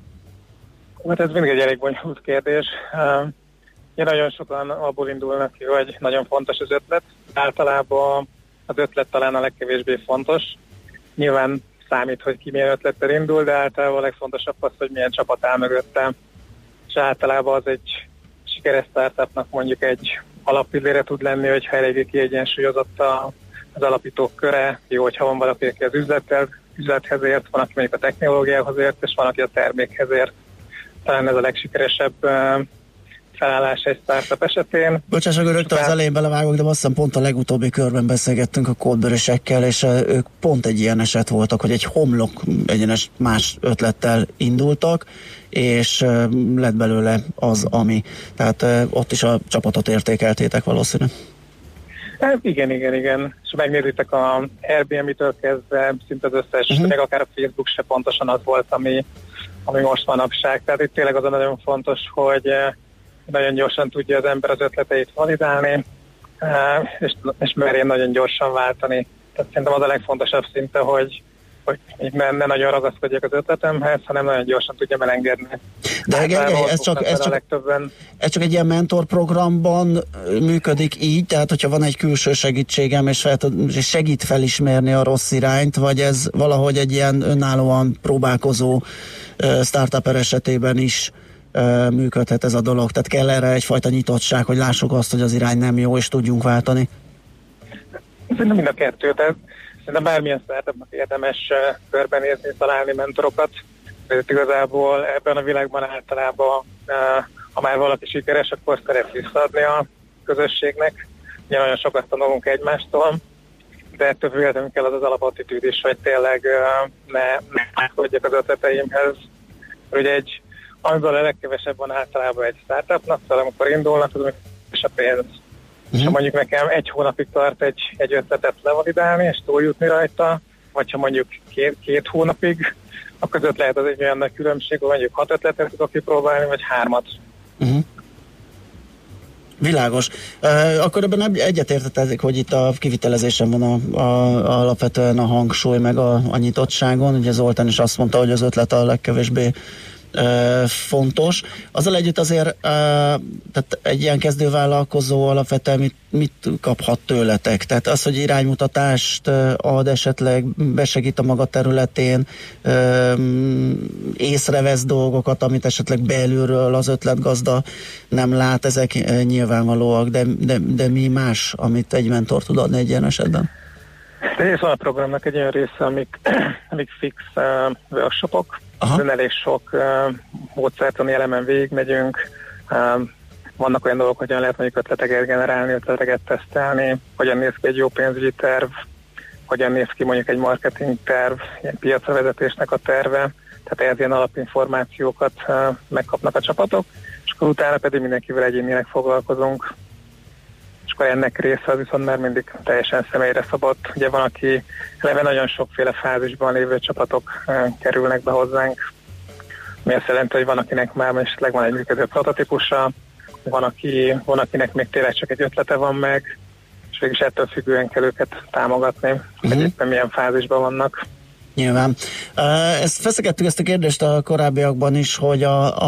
Hát ez mindig egy elég bonyolult kérdés. Nagyon sokan abból indulnak ki, hogy nagyon fontos az ötlet. Általában az ötlet talán a legkevésbé fontos. Nyilván számít, hogy ki milyen ötlettel indul, de általában a legfontosabb az, hogy milyen csapat áll mögöttem. És általában az egy sikeres startupnak mondjuk egy alappillére tud lenni, hogyha eléggé kiegyensúlyozott az alapítók köre. Jó, hogyha van valaki, aki az üzlethez ért, van, aki mondjuk a technológiához ért, és van, aki a termékhez ért. Talán ez a legsikeresebb felállás egy startup esetén. Bocsássak, rögtön az elején belevágok, de azt hiszem pont a legutóbbi körben beszélgettünk a kódbőrösekkel, és ők pont egy ilyen eset voltak, hogy egy homlok egyenes más ötlettel indultak, és lett belőle az, ami. Tehát ott is a csapatot értékeltétek valószínű. Igen. És megnézitek a Airbnb-től kezdve szinte az összes, még akár a Facebook se pontosan az volt, ami most manapság. Tehát itt tényleg az a nagyon fontos, hogy nagyon gyorsan tudja az ember az ötleteit validálni, és merjen nagyon gyorsan váltani. Tehát szerintem az a legfontosabb szinte, hogy ne nagyon ragaszkodjak az ötletemhez, hanem nagyon gyorsan tudjam elengedni. De Gergely, ez csak egy ilyen mentorprogramban működik így, tehát hogyha van egy külső segítségem, és segít felismerni a rossz irányt, vagy ez valahogy egy ilyen önállóan próbálkozó startuper esetében is működhet ez a dolog? Tehát kell erre egyfajta nyitottság, hogy lássuk azt, hogy az irány nem jó, és tudjunk váltani? Szerintem mind a kettő. Tehát szerintem bármilyen startupnak érdemes körbenézni, találni mentorokat. Igazából ebben a világban általában, ha már valaki sikeres, akkor szeret visszaadni közösségnek. Ugye nagyon sokat tanulunk egymástól, de ettől függetlenül kell az alapattitűd is, hogy tényleg ne átkodjak az ötleteimhez. Ugye amiből a legkevesebb van általában egy startupnak, szóval amikor indulnak, az és a pénz. És ha mondjuk nekem 1 hónapig tart egy ötletet levalidálni, és túljutni rajta, vagy ha mondjuk 2 hónapig, akkor között lehet az egy olyan nagy különbség, hogy mondjuk 6 ötletet tudok kipróbálni, vagy 3-at. Világos. Akkor ebben egyetértetek, hogy itt a kivitelezésen van alapvetően a hangsúly, meg a nyitottságon. Ugye Zoltán is azt mondta, hogy az ötlet a legkevésbé fontos. Azzal együtt azért tehát egy ilyen kezdővállalkozó alapvetően mit kaphat tőletek? Tehát az, hogy iránymutatást ad, esetleg besegít a maga területén, észrevesz dolgokat, amit esetleg belülről az ötletgazda nem lát, ezek nyilvánvalóak, de mi más, amit egy mentor tud adni egy ilyen esetben? Egyrészt van a programnak egy olyan része, amik fix workshopok, elég sok módszertani elemen végigmegyünk, vannak olyan dolgok, hogyan lehet mondjuk ötleteket generálni, ötleteket tesztelni, hogyan néz ki egy jó pénzügyi terv, hogyan néz ki mondjuk egy marketing terv, ilyen piacra vezetésnek a terve, tehát ez ilyen alapinformációkat megkapnak a csapatok, és akkor utána pedig mindenkivel egyénileg foglalkozunk. És akkor ennek része az viszont már mindig teljesen személyre szabott. Ugye van, aki eleve nagyon sokféle fázisban lévő csapatok kerülnek be hozzánk, ami azt jelenti, hogy van, akinek már esetleg van egy működő prototípusa, van, akinek még tényleg csak egy ötlete van meg, és végig is ettől függően kell őket támogatni, hogy éppen milyen fázisban vannak. Nyilván. Feszegettük ezt a kérdést a korábbiakban is, hogy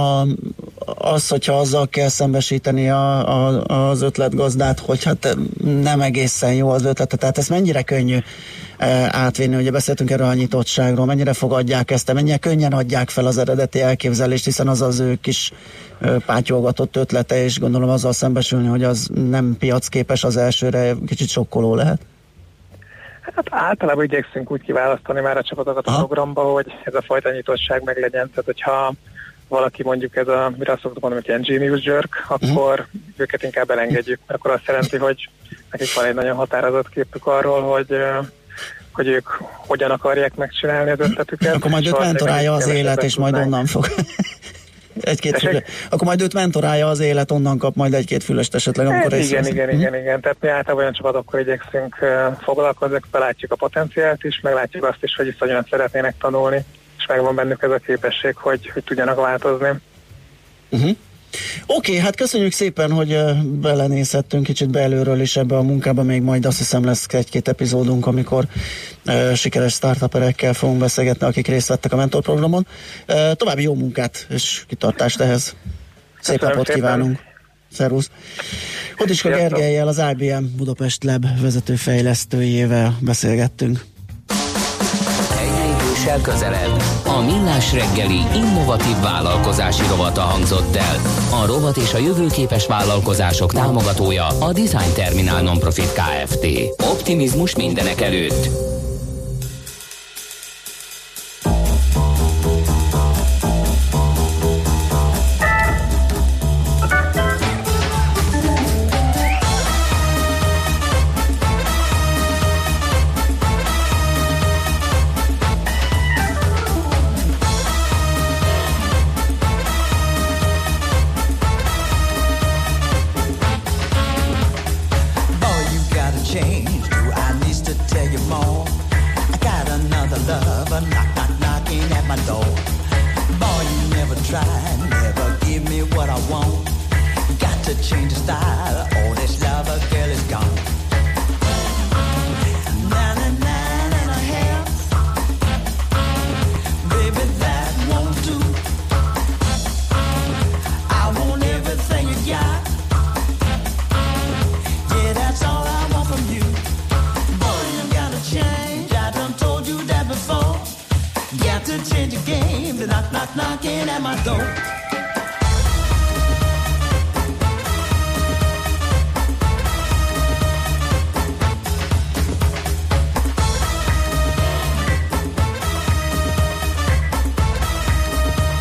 hogyha azzal kell szembesíteni az ötletgazdát, hogy hát nem egészen jó az ötlete, tehát ezt mennyire könnyű átvinni, ugye beszéltünk erről a nyitottságról, mennyire fogadják ezt, mennyire könnyen adják fel az eredeti elképzelést, hiszen az az ő kis pátyolgatott ötlete, és gondolom azzal szembesülni, hogy az nem piacképes az elsőre, kicsit sokkoló lehet. Hát általában igyekszünk úgy kiválasztani már a csapatokat a programba, hogy ez a fajta nyitottság meg legyen. Tehát, hogyha valaki mondjuk mire azt szoktuk mondani, hogy ilyen genius jerk, akkor őket inkább elengedjük, mert akkor azt jelenti, hogy nekik van egy nagyon határozott képük arról, hogy ők hogyan akarják megcsinálni az ötletüket. Akkor majd őt mentorálja az élet, és majd onnan fog... Akkor majd őt mentorálja az élet, onnan kap majd egy-két fülest esetleg, amikor Igen. Tehát mi általában olyan csapatokkal igyekszünk foglalkozni, belátjuk a potenciált is, meglátjuk azt is, hogy iszonyat szeretnének tanulni, és megvan bennük ez a képesség, hogy tudjanak változni. Oké, hát köszönjük szépen, hogy belenézhettünk kicsit belülről is ebbe a munkába, még majd azt hiszem lesz 1-2 epizódunk, amikor sikeres startuperekkel fogunk beszélgetni, akik részt vettek a mentorprogramon. További jó munkát és kitartást ehhez. Szép napot kívánunk! Szervusz! Hodiska Gergellyel, az IBM Budapest Lab vezetőfejlesztőjével beszélgettünk. Közelebb. A Millás reggeli innovatív vállalkozási rovata hangzott el. A rovat és a jövőképes vállalkozások támogatója a Design Terminal Nonprofit Kft. Optimizmus mindenek előtt.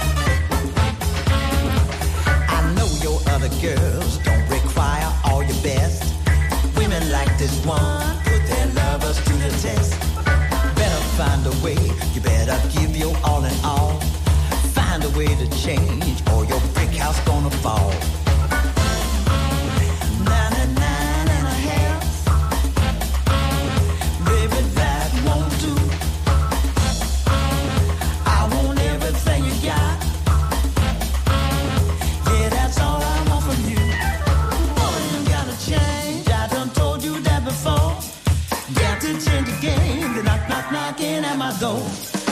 Girls don't require all your to change or your brick house gonna fall. 99 and a half, baby, that won't do. I want everything you got. Yeah, that's all I want from you. Boy, you gotta change. I done told you that before. Got to change the game. They're knock, knock, knocking at my door.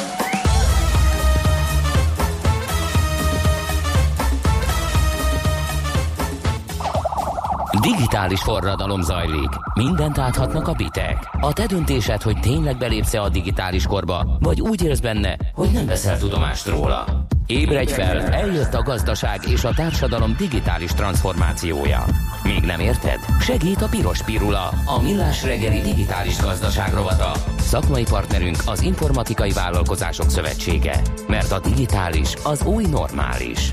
Digitális forradalom zajlik. Mindent áthatnak a bitek. A te döntésed, hogy tényleg belépsz-e a digitális korba, vagy úgy élsz benne, hogy nem veszel tudomást róla. Ébredj fel, eljött a gazdaság és a társadalom digitális transformációja. Még nem érted? Segít a Piros Pirula, a Millás reggeli digitális gazdaság rovata. Szakmai partnerünk az Informatikai Vállalkozások Szövetsége. Mert a digitális az új normális.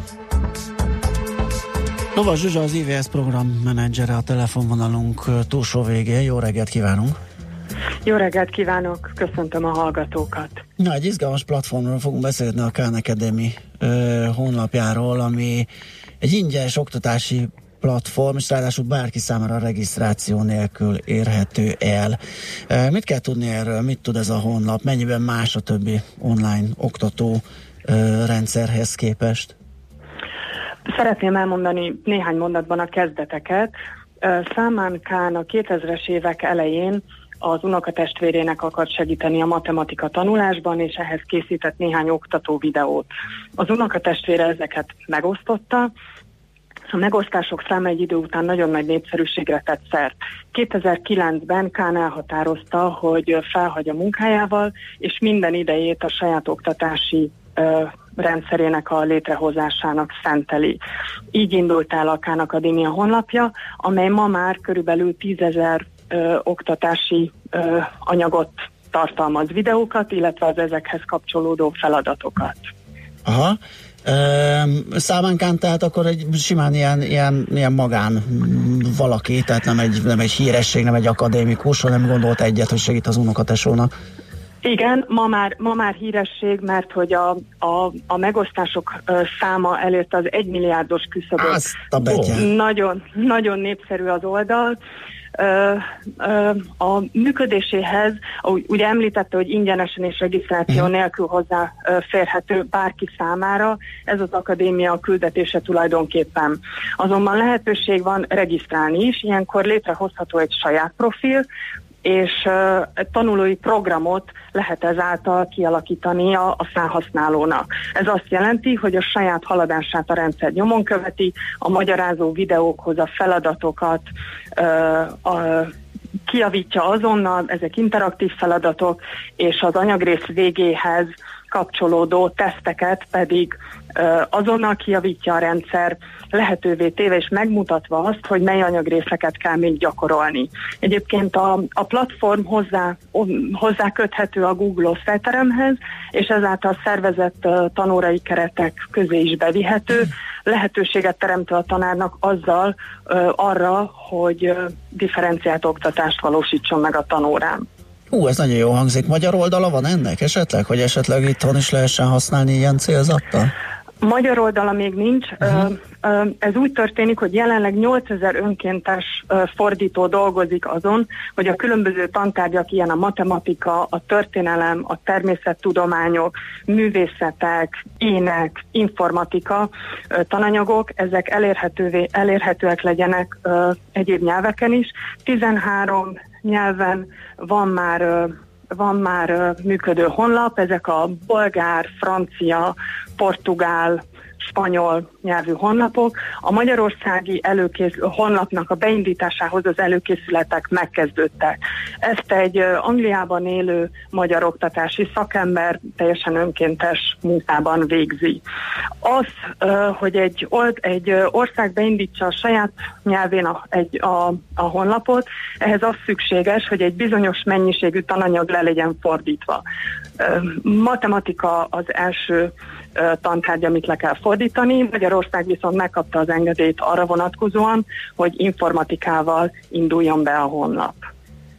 Lovas Zsuzsa, az IVS programmenedzsere, a telefonvonalunk túlsó végén. Jó reggelt kívánunk! Jó reggelt kívánok, köszöntöm a hallgatókat! Na, egy izgalmas platformról fogunk beszélni, a Khan Academy honlapjáról, ami egy ingyenes oktatási platform, és ráadásul bárki számára regisztráció nélkül érhető el. Mit kell tudni erről? Mit tud ez a honlap? Mennyiben más a többi online oktató rendszerhez képest? Szeretném elmondani néhány mondatban a kezdeteket. Salman Khan a 2000-es évek elején az unokatestvérének akart segíteni a matematika tanulásban, és ehhez készített néhány oktató videót. Az unokatestvére ezeket megosztotta, a megosztások száma egy idő után nagyon nagy népszerűségre tett szert. 2009-ben Khan elhatározta, hogy felhagy a munkájával, és minden idejét a saját oktatási rendszerének a létrehozásának szenteli. Így indult el a Khan Akadémia honlapja, amely ma már körülbelül 10 000 oktatási anyagot tartalmaz, videókat, illetve az ezekhez kapcsolódó feladatokat. Aha. Salman Khan tehát akkor egy simán ilyen magán valaki, tehát nem egy híresség, nem egy akadémikus, hanem gondolt egyet, hogy segít az unokatesónak. Igen, ma már híresség, mert hogy a megosztások száma elérte az 1 milliárdos küszöböt. Nagyon, nagyon népszerű az oldal. A működéséhez, ugye említette, hogy ingyenesen és regisztráció nélkül hozzáférhető bárki számára, ez az akadémia küldetése tulajdonképpen. Azonban lehetőség van regisztrálni is, ilyenkor létrehozható egy saját profil, és tanulói programot lehet ezáltal kialakítani a felhasználónak. Ez azt jelenti, hogy a saját haladását a rendszer nyomon követi, a magyarázó videókhoz a feladatokat kijavítja azonnal, ezek interaktív feladatok, és az anyagrész végéhez kapcsolódó teszteket pedig azonnal kijavítja a rendszer, lehetővé téve és megmutatva azt, hogy mely anyagrészeket kell még gyakorolni. Egyébként a platform hozzá köthető a Google osztályteremhez, és ezáltal szervezett tanórai keretek közé is bevihető, lehetőséget teremtő a tanárnak azzal arra, hogy differenciált oktatást valósítson meg a tanórán. Ez nagyon jó hangzik. Magyar oldala van ennek esetleg, hogy esetleg itthon is lehessen használni ilyen célzattal? Magyar oldala még nincs. Ez úgy történik, hogy jelenleg 8000 önkéntes fordító dolgozik azon, hogy a különböző tantárgyak, ilyen a matematika, a történelem, a természettudományok, művészetek, ének, informatika tananyagok, ezek elérhetőek legyenek egyéb nyelveken is. 13 nyelven van már működő honlap, ezek a bolgár, francia, portugál, spanyol nyelvű honlapok. A magyarországi honlapnak a beindításához az előkészületek megkezdődtek. Ezt egy Angliában élő magyar oktatási szakember teljesen önkéntes munkában végzi. Az, hogy egy ország beindítsa a saját nyelvén a honlapot, ehhez az szükséges, hogy egy bizonyos mennyiségű tananyag le legyen fordítva. Matematika az első tantárgy, amit le kell fordítani. Magyarország viszont megkapta az engedélyt arra vonatkozóan, hogy informatikával induljon be a honlap.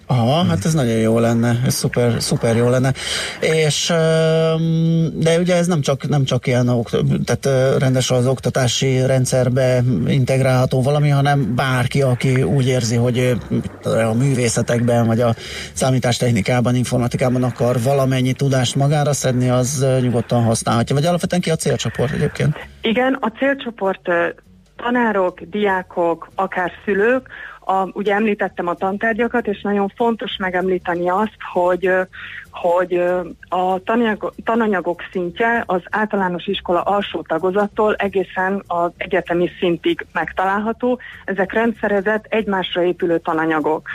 Aha, hát ez nagyon jó lenne, ez szuper jó lenne. És de ugye ez nem csak ilyen tehát rendesen az oktatási rendszerbe integrálható valami, hanem bárki, aki úgy érzi, hogy a művészetekben, vagy a számítástechnikában, informatikában akar valamennyi tudást magára szedni, az nyugodtan használhatja. Vagy alapvetően ki a célcsoport egyébként? Igen, a célcsoport tanárok, diákok, akár szülők. Ugye említettem a tantárgyakat, és nagyon fontos megemlíteni azt, hogy a tananyagok szintje az általános iskola alsó tagozattól egészen az egyetemi szintig megtalálható. Ezek rendszerezett, egymásra épülő tananyagok.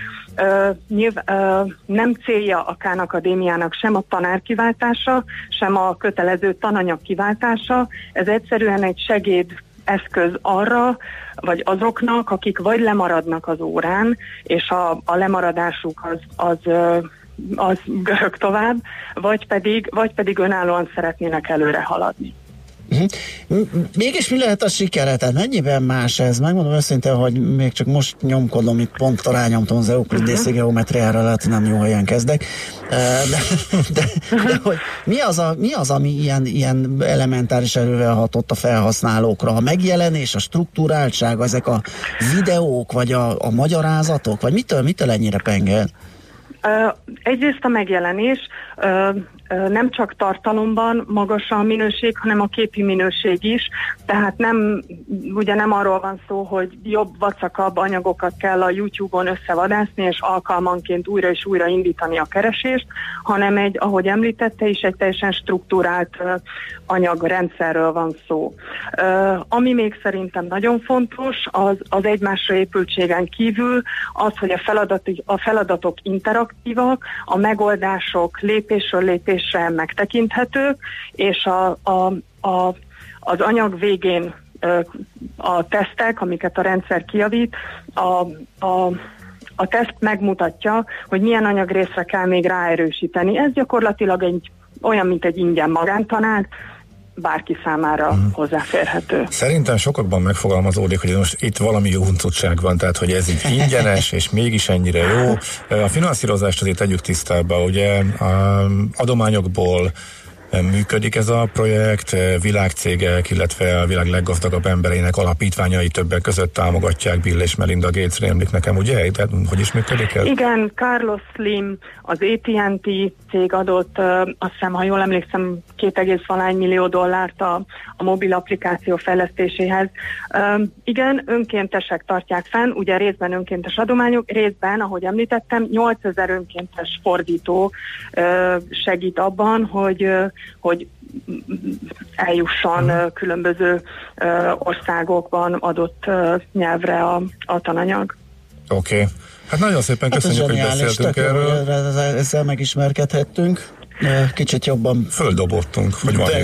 Nem célja a Khan Akadémiának sem a tanár kiváltása, sem a kötelező tananyag kiváltása. Ez egyszerűen egy segédeszköz arra, vagy azoknak, akik vagy lemaradnak az órán, és a lemaradásuk az görög tovább, vagy pedig önállóan szeretnének előre haladni. Mégis mi lehet a sikere? Tehát mennyiben más ez? Megmondom őszintén, hogy még csak most nyomkodom, itt pont rányomtam az euklidészi geometriára, lehet, nem jó helyen kezdek. De hogy mi az, ami ilyen elementáris erővel hatott a felhasználókra? A megjelenés, a strukturáltság, ezek a videók, vagy a magyarázatok? Vagy mitől ennyire pengel? Egyrészt a megjelenés, nem csak tartalomban magas a minőség, hanem a képi minőség is, tehát nem arról van szó, hogy jobb, vacakabb anyagokat kell a YouTube-on összevadászni, és alkalmanként újra és újra indítani a keresést, hanem ahogy említette is, egy teljesen struktúrált anyagrendszerről van szó. Ami még szerintem nagyon fontos, az egymásra épültségen kívül az, hogy a feladatok interaktívak, a megoldások lépésről lépésre megtekinthetők, és az anyag végén a tesztek, amiket a rendszer kijavít, a teszt megmutatja, hogy milyen anyagrészre kell még ráerősíteni. Ez gyakorlatilag olyan, mint egy ingyen magántanár, bárki számára hozzáférhető. Szerintem sokakban megfogalmazódik, hogy most itt valami jó huncutság van, tehát hogy ez így ingyenes, és mégis ennyire jó. A finanszírozást azért tegyük tisztába, ugye adományokból működik ez a projekt, világcégek, illetve a világ leggazdagabb embereinek alapítványai többek között támogatják, Bill és Melinda Gates rémlik nekem, ugye? Tehát, hogy is működik ez? Igen, Carlos Slim, az AT&T cég adott, azt hiszem, ha jól emlékszem, $2,1 millió a mobil applikáció fejlesztéséhez. Igen, önkéntesek tartják fenn, ugye részben önkéntes adományok, részben, ahogy említettem, 8000 önkéntes fordító segít abban, hogy eljusson különböző országokban adott nyelvre a tananyag. Oké. Hát nagyon szépen köszönjük, hogy beszéltünk erről. Ezzel megismerkedhettünk. Kicsit jobban földobottunk, hogy van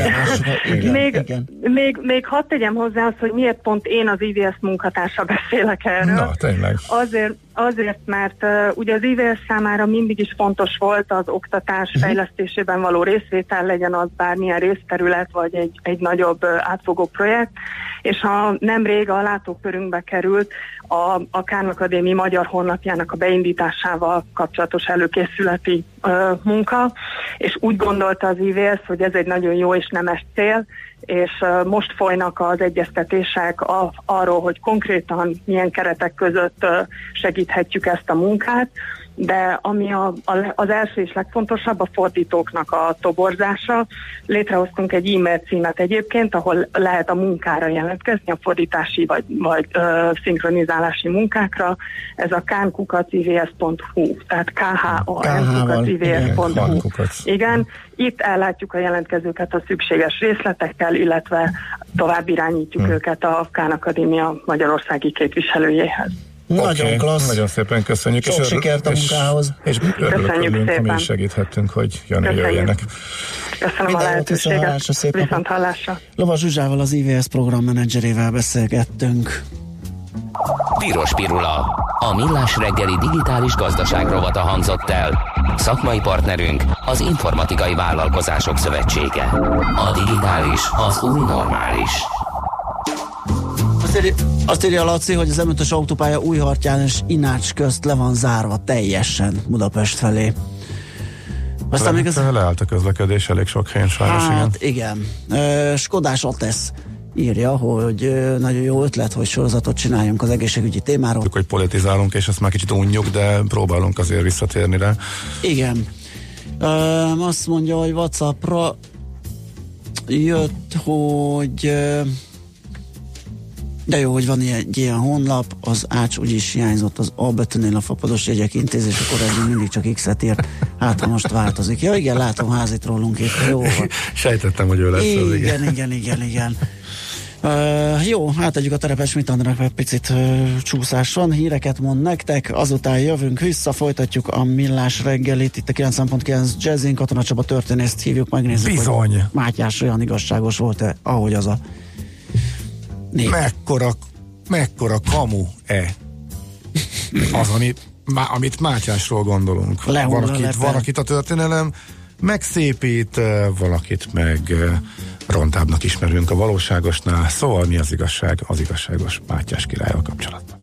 még hadd tegyem hozzá azt, hogy miért pont én az IVS munkatársa beszélek erről. Na, tényleg. Azért, mert ugye az IVS számára mindig is fontos volt az oktatás fejlesztésében való részvétel, legyen az bármilyen részterület, vagy egy nagyobb átfogó projekt, és nemrég a látókörünkbe került a Khan Akadémia magyar honlapjának a beindításával kapcsolatos előkészületi munka, és úgy gondolta az IVS, hogy ez egy nagyon jó és nemes cél, és most folynak az egyeztetések arról, hogy konkrétan milyen keretek között segíthetjük ezt a munkát, de ami az első és legfontosabb, a fordítóknak a toborzása. Létrehoztunk egy e-mail címet egyébként, ahol lehet a munkára jelentkezni, a fordítási vagy szinkronizálási munkákra. Ez a khan@ivs.hu, tehát khan@ivs.hu. Igen, itt ellátjuk a jelentkezőket a szükséges részletekkel, illetve tovább irányítjuk őket a Khan Akadémia magyarországi képviselőjéhez. Nagyon klassz. Nagyon szépen köszönjük. Sok sikert a munkához. És örülünk, ha mi is segíthetünk, hogy jöjjenek. Köszönöm a lehetőséget. Viszont hallásra. Lovas Zsuzsával, az IVS programmenedzserével beszélgettünk. Piros Pirula. A Millás reggeli digitális gazdaság rovata hangzott el. Szakmai partnerünk az Informatikai Vállalkozások Szövetsége. A digitális az új normális. Azt írja Laci, hogy az M5-ös autópálya Újhartyán és Inács közt le van zárva teljesen Budapest felé. Aztán még leállt a közlekedés elég sok helyen sajnos. Hát igen. Skodás Atesz írja, hogy nagyon jó ötlet, hogy sorozatot csináljunk az egészségügyi témáról. Hogy politizálunk, és ezt már kicsit unjuk, de próbálunk azért visszatérni rá. Igen. Azt mondja, hogy WhatsAppra jött, hogy de jó, hogy van egy ilyen honlap, az Ács úgyis hiányzott az A betűnél a fapados jegyek intézésekor, eddig mindig csak X-et írt, hát ha most változik. Ja igen, látom, házit rólunk itt, jó van. Sejtettem, hogy ő lesz. Igen. Jó, átadjuk a terepes Mitandrának, egy picit csúszás van, híreket mond nektek, azután jövünk vissza, folytatjuk a Millás reggelit, itt a 90.9 Jazzin, Katona Csaba történészt hívjuk, megnézzük, bizony, hogy Mátyás olyan igazságos volt-e, ahogy az a név. Mekkora kamu-e az, amit Mátyásról gondolunk. Valakit a történelem megszépít, valakit meg rontábbnak ismerünk a valóságosnál, szóval mi az igazság az igazságos Mátyás királlyal kapcsolatban.